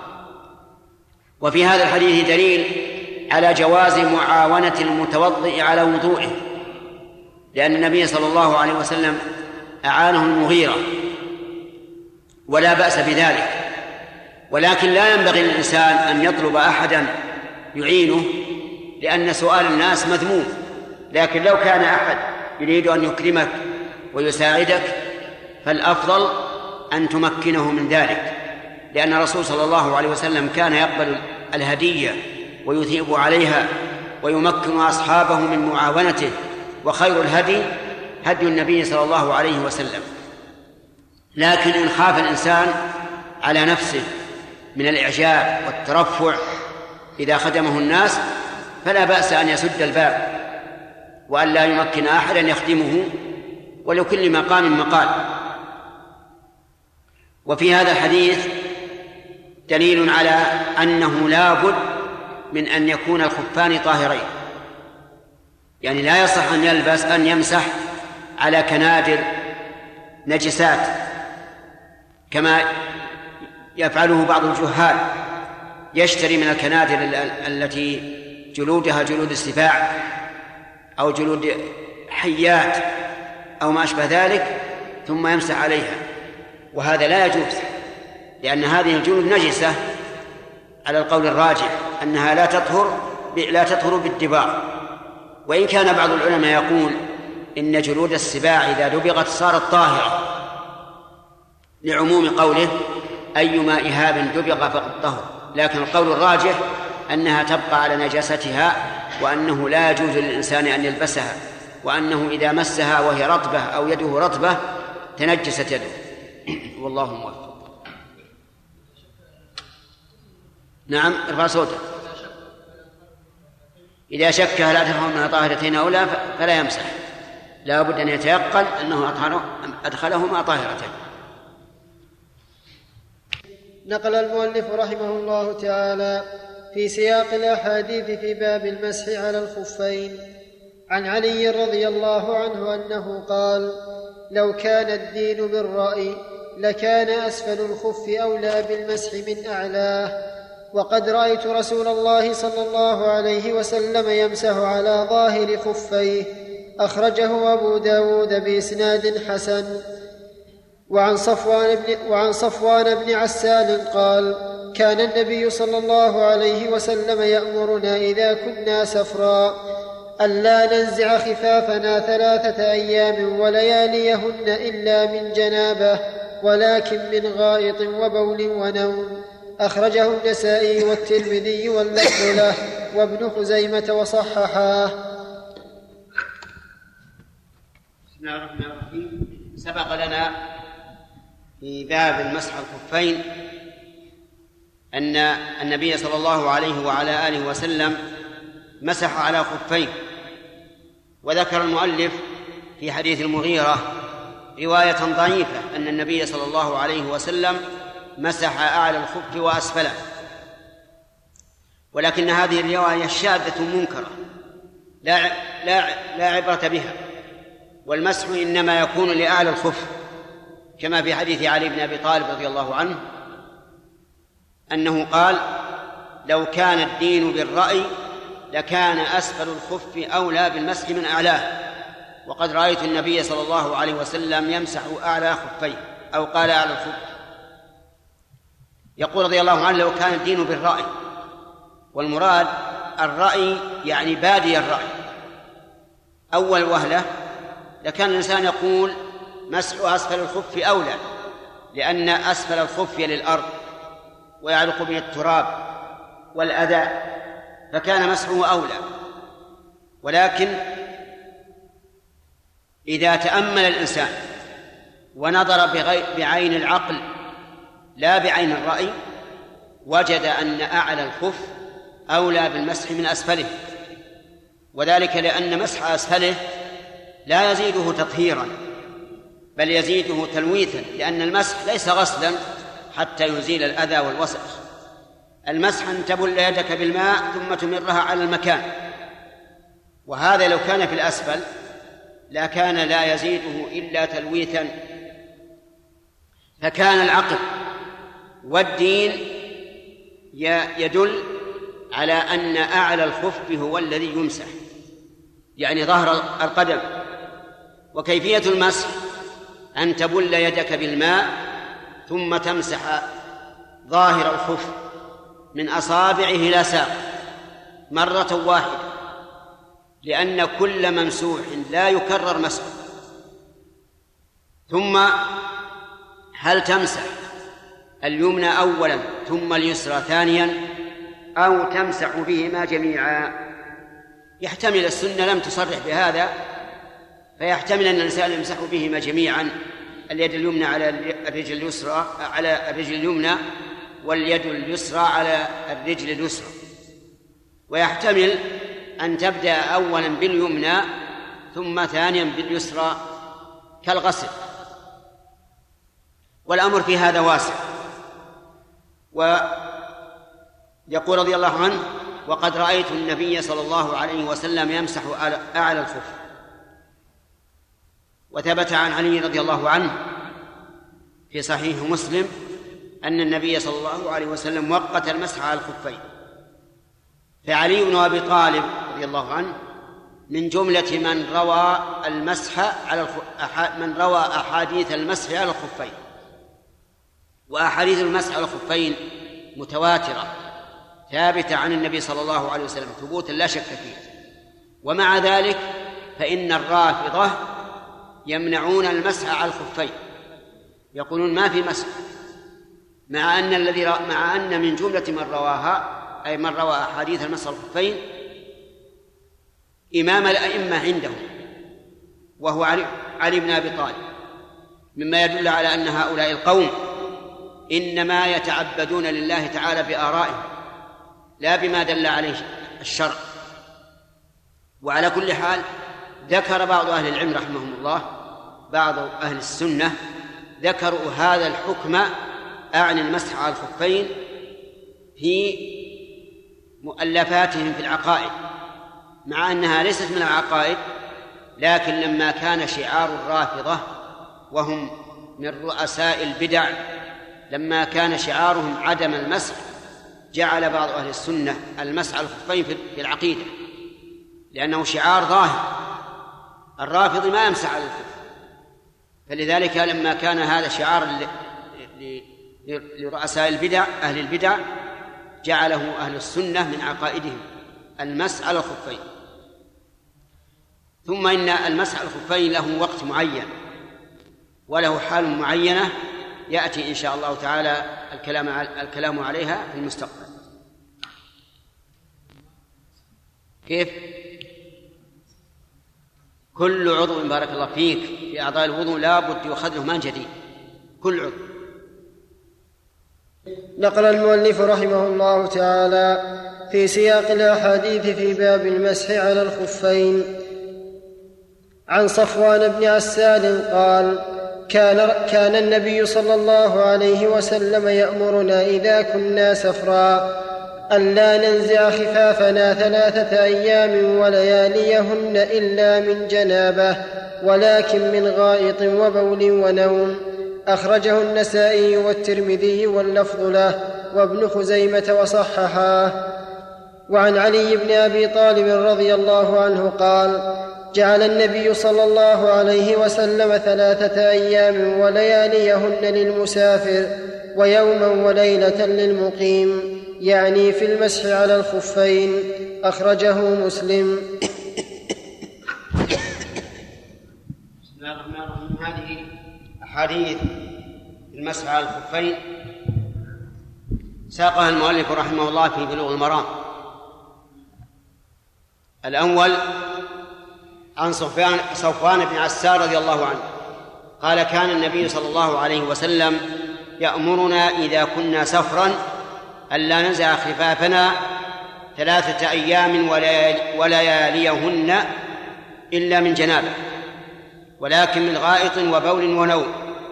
وفي هذا الحديث دليل على جواز معاونة المتوضئ على وضوئه، لأن النبي صلى الله عليه وسلم أعانه المغيرة ولا بأس بذلك، ولكن لا ينبغي للإنسان أن يطلب أحدا يعينه، لأن سؤال الناس مذموم. لكن لو كان أحد يريد أن يكرمك ويساعدك فالأفضل أن تمكنه من ذلك، لأن الرسول صلى الله عليه وسلم كان يقبل الهدية ويثيب عليها ويمكن أصحابه من معاونته، وخير الهدي هدي النبي صلى الله عليه وسلم. لكن إن خاف الإنسان على نفسه من الإعجاب والترفع إذا خدمه الناس فلا بأس أن يسد الباب وأن لا يمكن أحدا يخدمه، ولكل مقام مقال. وفي هذا الحديث دليل على أنه لا بد من أن يكون الخفان طاهرين، يعني لا يصح أن يمسح على كنادر نجسات كما يفعله بعض الجهال، يشتري من الكنادر التي جلودها جلود السباع أو جلود حيات أو ما أشبه ذلك ثم يمسح عليها، وهذا لا يجوز، لأن هذه الجلود نجسة على القول الراجح أنها لا تطهر بالدباغ. وإن كان بعض العلماء يقول إن جلود السباع إذا دبغت صارت طاهرة، لعموم قوله: أيما إهاب دبغ فقد طهر، لكن القول الراجح أنها تبقى على نجاستها، وأنه لا يجوز للإنسان أن يلبسها، وأنه إذا مسها وهي رطبة أو يده رطبة تنجست يده. والله موفق. نعم، ارفع صوتك. إذا شك هل أدخلهما طاهرتين أو لا فلا يمسح، لا بد أن يتيقن أنه أدخلهما طاهرتين. نقل المؤلف رحمه الله تعالى في سياق الأحاديث في باب المسح على الخفين عن علي رضي الله عنه أنه قال: لو كان الدين بالرأي لكان أسفل الخف أولى بالمسح من أعلاه، وقد رأيت رسول الله صلى الله عليه وسلم يمسح على ظاهر خفيه. أخرجه أبو داود بإسناد حسن. وعن صفوان بن عسال قال: كان النبي صلى الله عليه وسلم يأمرنا إذا كنا سفرا ألا ننزع خفافنا 3 أيام ولياليهن إلا من جنابة، ولكن من غائط وبول ونوم. أخرجه النسائي والترمذي واللفظ له وابن خزيمة وصححاه. بسم الله الرحمن الرحيم. سبق لنا في باب المسح على الخفين أن النبي صلى الله عليه وعلى آله وسلم مسح على خفين، وذكر المؤلف في حديث المغيرة رواية ضعيفة أن النبي صلى الله عليه وسلم مسح أعلى الخف وأسفله، ولكن هذه الرواية شاذة منكرة لا عبرة بها، والمسح إنما يكون لأعلى الخف، كما في حديث علي بن أبي طالب رضي الله عنه أنه قال: لو كان الدين بالرأي لكان أسفل الخف أولى بالمسح من أعلاه، وقد رأيت النبي صلى الله عليه وسلم يمسح أعلى خفيه، أو قال أعلى الخف. يقول رضي الله عنه: لو كان الدين بالرأي، والمراد الرأي يعني بادي الرأي. أول وهلة لكان الإنسان يقول مسح أسفل الخف أولى، لأن أسفل الخف للأرض ويعلق من التراب والأذى، فكان مسحه أولى. ولكن إذا تأمل الإنسان ونظر بعين العقل لا بعين الرأي، وجد أن أعلى الخف أولى بالمسح من أسفله، وذلك لأن مسح أسفله لا يزيده تطهيرا بل يزيده تلويثا، لأن المسح ليس غسلا حتى يزيل الأذى والوسخ. المسح أن تبل يدك بالماء ثم تمرها على المكان، وهذا لو كان في الأسفل لكان لا يزيده إلا تلويثا. فكان العقل والدين يدل على أن أعلى الخف هو الذي يمسح، يعني ظهر القدم. وكيفية المسح أن تبل يدك بالماء ثم تمسح ظاهر الخف من أصابعه إلى ساق مرة واحدة، لأن كل ممسوح لا يكرر مسحه. ثم هل تمسح اليمنى أولا ثم اليسرى ثانيا، أو تمسح بهما جميعا؟ يحتمل، السنة لم تصرح بهذا، فيحتمل أن الإنسان يمسح بهما جميعا، اليد اليمنى على الرجل اليسرى على الرجل اليمنى، واليد اليسرى على الرجل اليسرى. ويحتمل أن تبدأ أولا باليمنى ثم ثانيا باليسرى كالغسل، والأمر في هذا واسع. ويقول رضي الله عنه: وقد رأيت النبي صلى الله عليه وسلم يمسح أعلى الخف. وثبت عن علي رضي الله عنه في صحيح مسلم أن النبي صلى الله عليه وسلم وقت المسح على الخفين. فعلي بن أبي طالب رضي الله عنه من جملة من روى من روى أحاديث المسح على الخفين، وأحاديث المسح على الخفين متواترة ثابتة عن النبي صلى الله عليه وسلم ثبوتا لا شك فيه. ومع ذلك فإن الرافضة يمنعون المسح على الخفين، يقولون ما في مسح، مع أن من جملة من رواها، أي من روى أحاديث المسح على الخفين، إمام الأئمة عندهم وهو علي بن أبي طالب، مما يدل على أن هؤلاء القوم إنما يتعبدون لله تعالى بآرائهم لا بما دل عليه الشرع. وعلى كل حال ذكر بعض أهل العلم رحمهم الله، بعض أهل السنة ذكروا هذا الحكم أعني المسح على الخفين في مؤلفاتهم في العقائد، مع أنها ليست من العقائد، لكن لما كان شعار الرافضة وهم من رؤساء البدع، لما كان شعارهم عدم المسح، جعل بعض أهل السنة المسح على الخفين في العقيدة، لأنه شعار ظاهر. الرافض ما يمسح على الخف، فلذلك لما كان هذا شعار لرؤساء البدع أهل البدع، جعله أهل السنة من عقائدهم المسح على الخفين. ثم إن المسح على الخفين له وقت معين وله حال معينة يأتي إن شاء الله تعالى الكلام عليها في المستقبل. كيف؟ كل عضو بارك الله فيك في أعضاء الوضوء لا بد يؤخذ له ماء جديد كل عضو. نقل المؤلف رحمه الله تعالى في سياق الأحاديث في باب المسح على الخفين عن صفوان بن عسال قال: كان النبي صلى الله عليه وسلم يأمرنا إذا كنا سفرا ألا ننزع خفافنا 3 أيام ولياليهن إلا من جنابة ولكن من غائط وبول ونوم. أخرجه النسائي والترمذي واللفظ له وابن خزيمة وصححاه. وعن علي بن أبي طالب رضي الله عنه قال: جعل النبي صلى الله عليه وسلم 3 أيام ولياليهن للمسافر ويوما وليلة للمقيم، يعني في المسح على الخفين. أخرجه مسلم. بسم الله الرحمن الرحيم. هذه أحاديث المسح على الخفين ساقها المؤلف رحمه الله في بلوغ المرام. الأول عن صفوان بن عسال رضي الله عنه قال: كان النبي صلى الله عليه وسلم يأمرنا إذا كنا سفرا ألا ننزع خفافنا 3 أيام ولياليهن إلا من جنابة ولكن من غائط وبول ونوم.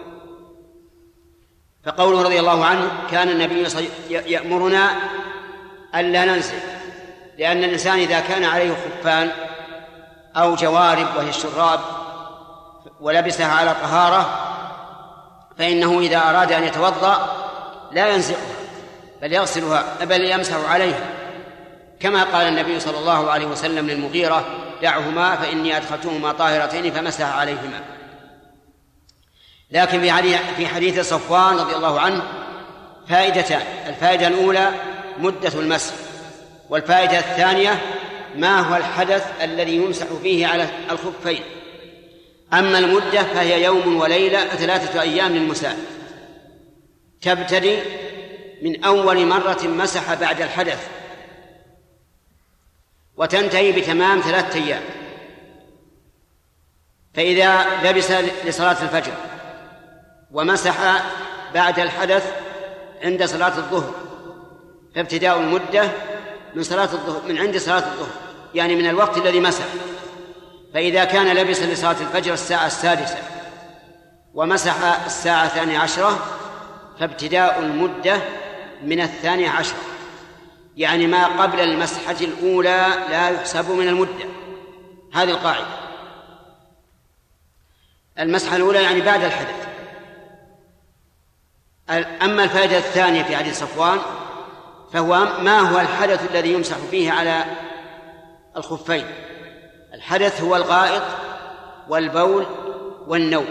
فقوله رضي الله عنه كان النبي يأمرنا ألا ننزع، لأن الإنسان إذا كان عليه خفان أو جوارب وهي الشراب ولبسها على طهارة فإنه إذا أراد أن يتوضأ لا ينزعها بل يغسلها بل يمسح عليها، كما قال النبي صلى الله عليه وسلم للمغيرة: دعهما فإني أدخلتهما طاهرتين فمسح عليهما. لكن في حديث صفوان رضي الله عنه فائدتان: الفائدة الأولى مدة المسح، والفائدة الثانية ما هو الحدث الذي يمسح فيه على الخفين. أما المدة فهي يوم وليلة 3 أيام للمسافر، تبتدي من أول مرة مسح بعد الحدث وتنتهي بتمام 3 أيام. فإذا لبس لصلاة الفجر ومسح بعد الحدث عند صلاة الظهر فابتداء المدة من صلاة الظهر من عند صلاة الظهر، يعني من الوقت الذي مسح. فإذا كان لبس لصلاة الفجر الساعة 6 ومسح الساعة 12 فابتداء المدة من 12، يعني ما قبل المسحة الأولى لا يحسب من المدة. هذه القاعدة. المسحة الأولى يعني بعد الحدث. أما الفائدة الثانية في حديث صفوان فهو ما هو الحدث الذي يمسح فيه على الخفين. الحدث هو الغائط والبول والنوم،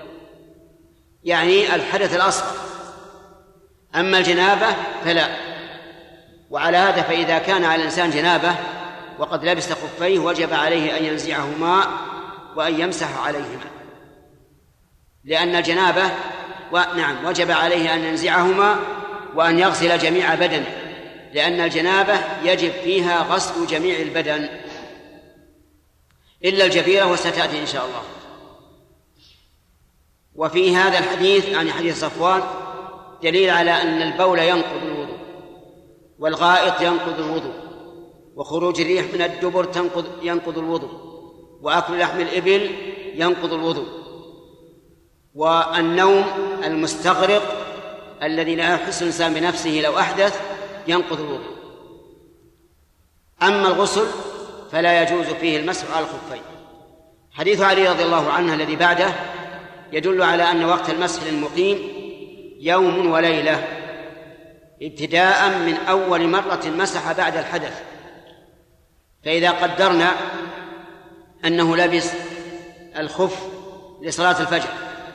يعني الحدث الأصغر. أما الجنابة فلا. وعلى هذا فإذا كان على الإنسان جنابة وقد لبس خفيه وجب عليه أن ينزعهما وأن يمسح عليهما، لأن الجنابة وجب عليه أن ينزعهما وأن يغسل جميع بدنه، لأن الجنابة يجب فيها غسل جميع البدن إلا الجبيرة وستأتي إن شاء الله. وفي هذا الحديث عن حديث صفوان دليل على أن البول ينقض الوضوء، والغائط ينقض الوضوء، وخروج الريح من الدبر ينقض الوضوء، وأكل لحم الإبل ينقض الوضوء، والنوم المستغرق الذي لا يحس الإنسان بنفسه لو أحدث ينقض الوضوء. أما الغسل فلا يجوز فيه المسح على الخفين. حديث علي رضي الله عنه الذي بعده يدل على أن وقت المسح للمقيم يوم وليلة، ابتداء من أول مرة مسح بعد الحدث. فإذا قدرنا أنه لبس الخف لصلاة الفجر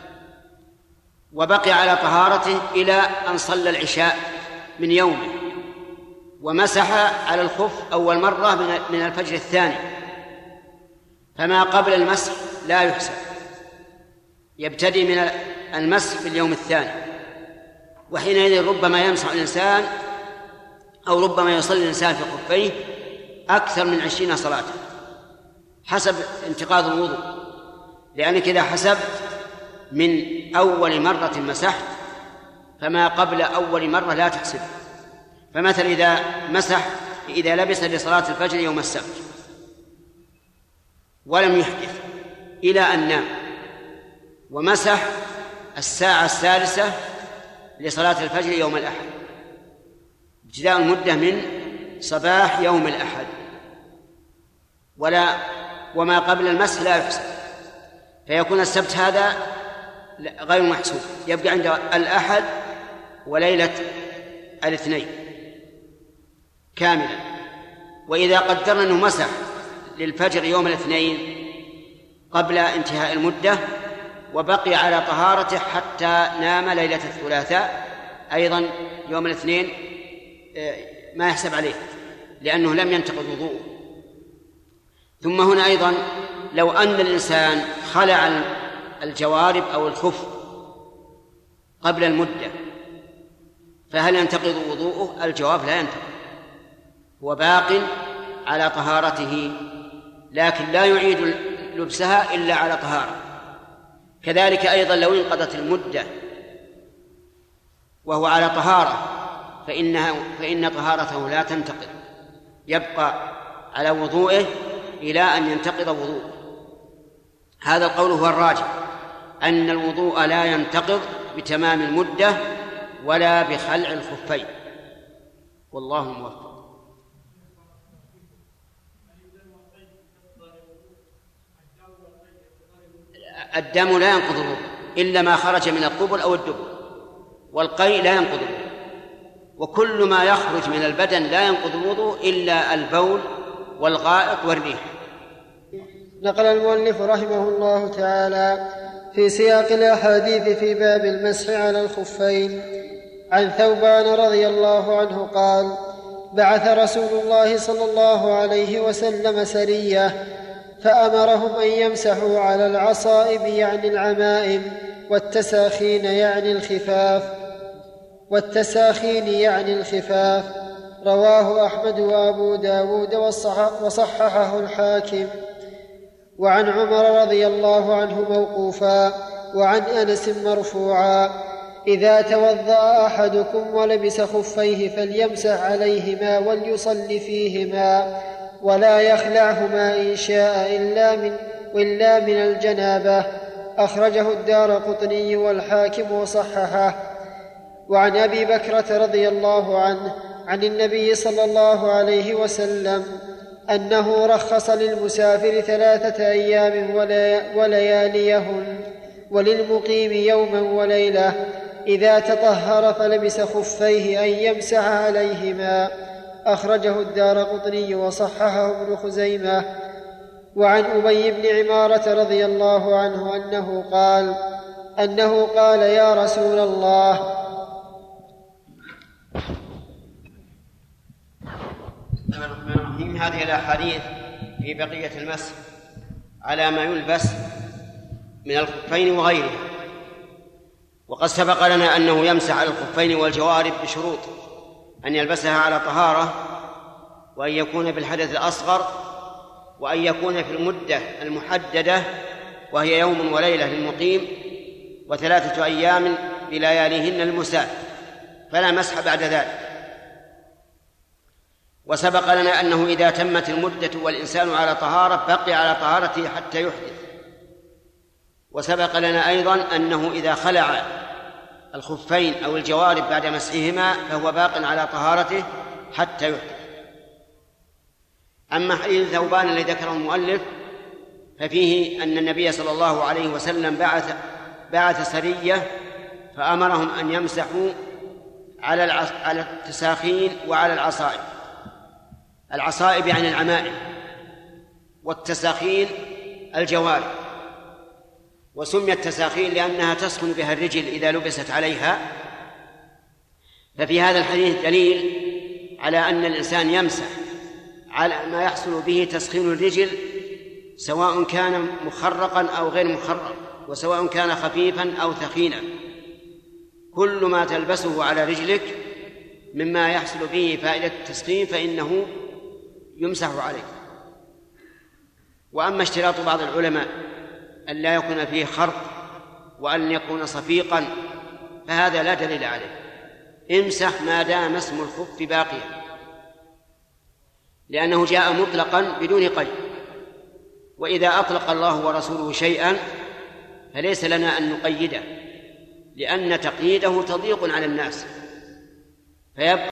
وبقي على طهارته إلى أن صلى العشاء من يومه ومسح على الخف أول مرة من الفجر الثاني، فما قبل المسح لا يحسب، يبتدي من المسح في اليوم الثاني، وحينئذ ربما يمسح الإنسان أو ربما يصلي الإنسان في خفيه أكثر من 20 صلاة حسب انتقاض الوضوء، لأنك إذا حسبت من أول مرة مسحت فما قبل أول مرة لا تحسب. فمثلا إذا لبس لصلاة الفجر يوم السبت ولم يحدث إلى أن نام ومسح الساعة الثالثة لصلاة الفجر يوم الأحد، ابتداء المدة من صباح يوم الأحد، وما قبل المسح لا يحسب، فيكون السبت هذا غير محسوب، يبقى عند الأحد وليلة الاثنين كاملا. وإذا قدرنا أنه مسح للفجر يوم الاثنين قبل انتهاء المدة وبقي على طهارته حتى نام ليلة الثلاثاء، أيضا يوم الاثنين ما يحسب عليه لأنه لم ينتقض وضوءه. ثم هنا أيضا لو أن الإنسان خلع الجوارب أو الخف قبل المدة فهل ينتقض وضوءه؟ الجواب لا ينتقض، هو باق على طهارته، لكن لا يعيد لبسها إلا على طهارة. كذلك أيضا لو انقضت المدة وهو على طهارة فإن طهارته لا تنتقض، يبقى على وضوءه إلى أن ينتقض وضوءه. هذا القول هو الراجح، أن الوضوء لا ينتقض بتمام المدة ولا بخلع الخفين، والله موفق. الدم لا ينقض الوضوء إلا ما خرج من القبل أو الدبر، والقيء لا ينقض الوضوء، وكل ما يخرج من البدن لا ينقض الوضوء إلا البول والغائط والريح. نقل المؤلف رحمه الله تعالى في سياق الأحاديث في باب المسح على الخفين عن ثوبان رضي الله عنه قال: بعث رسول الله صلى الله عليه وسلم سرية فأمرهم أن يمسحوا على العصائب يعني العمائم والتساخين يعني الخفاف. رواه أحمد وأبو داود وصححه الحاكم. وعن عمر رضي الله عنه موقوفا وعن أنس مرفوعا: إذا توضأ أحدكم ولبس خفيه فليمسح عليهما وليصل فيهما ولا يخلعهما إن شاء إلا من الجنابة. أخرجه الدارقطني والحاكم وصححه. وعن أبي بكرة رضي الله عنه عن النبي صلى الله عليه وسلم أنه رخص للمسافر 3 أيام ولياليهن وللمقيم يوما وليلة إذا تطهر فلبس خفيه أن يمسح عليهما. أخرجه الدارقطني وصححه ابن خزيمة. وعن أبي بن عمارة رضي الله عنه أنه قال يا رسول الله. هذه الأحاديث في بقية المسح على ما يلبس من الخفين وغيره. وقد سبق لنا أنه يمسح على الخفين والجوارب بشروط: أن يلبسها على طهارة، وأن يكون بالحدث الأصغر، وأن يكون في المدة المحددة وهي يوم وليلة للمقيم، و3 أيام بلياليهن للمسافر، فلا مسح بعد ذلك. وسبق لنا أنه إذا تمت المدة والإنسان على طهارة بقي على طهارته حتى يحدث. وسبق لنا أيضا أنه إذا خلع الخفين أو الجوارب بعد مسحهما فهو باق على طهارته حتى يحدث. أما حديث ثوبان الذي ذكره المؤلف ففيه أن النبي صلى الله عليه وسلم بعث سرية فأمرهم أن يمسحوا على التساخين وعلى العصائب. العصائب يعني العمائم، والتساخين الجوارب. وسميت تساخين لأنها تسخن بها الرجل إذا لبست عليها. ففي هذا الحديث دليل على أن الإنسان يمسح على ما يحصل به تسخين الرجل سواء كان مخرقا أو غير مخرق، وسواء كان خفيفا أو ثقيلا، كل ما تلبسه على رجلك مما يحصل به فائدة التسخين فإنه يمسح عليه. وأما اشتراط بعض العلماء أن لا يكون فيه خرق وأن يكون صفيقا فهذا لا دليل عليه، امسح ما دام اسم الخف باقيا، لأنه جاء مطلقا بدون قيد، وإذا أطلق الله ورسوله شيئا فليس لنا أن نقيده، لأن تقييده تضييق على الناس فيبقى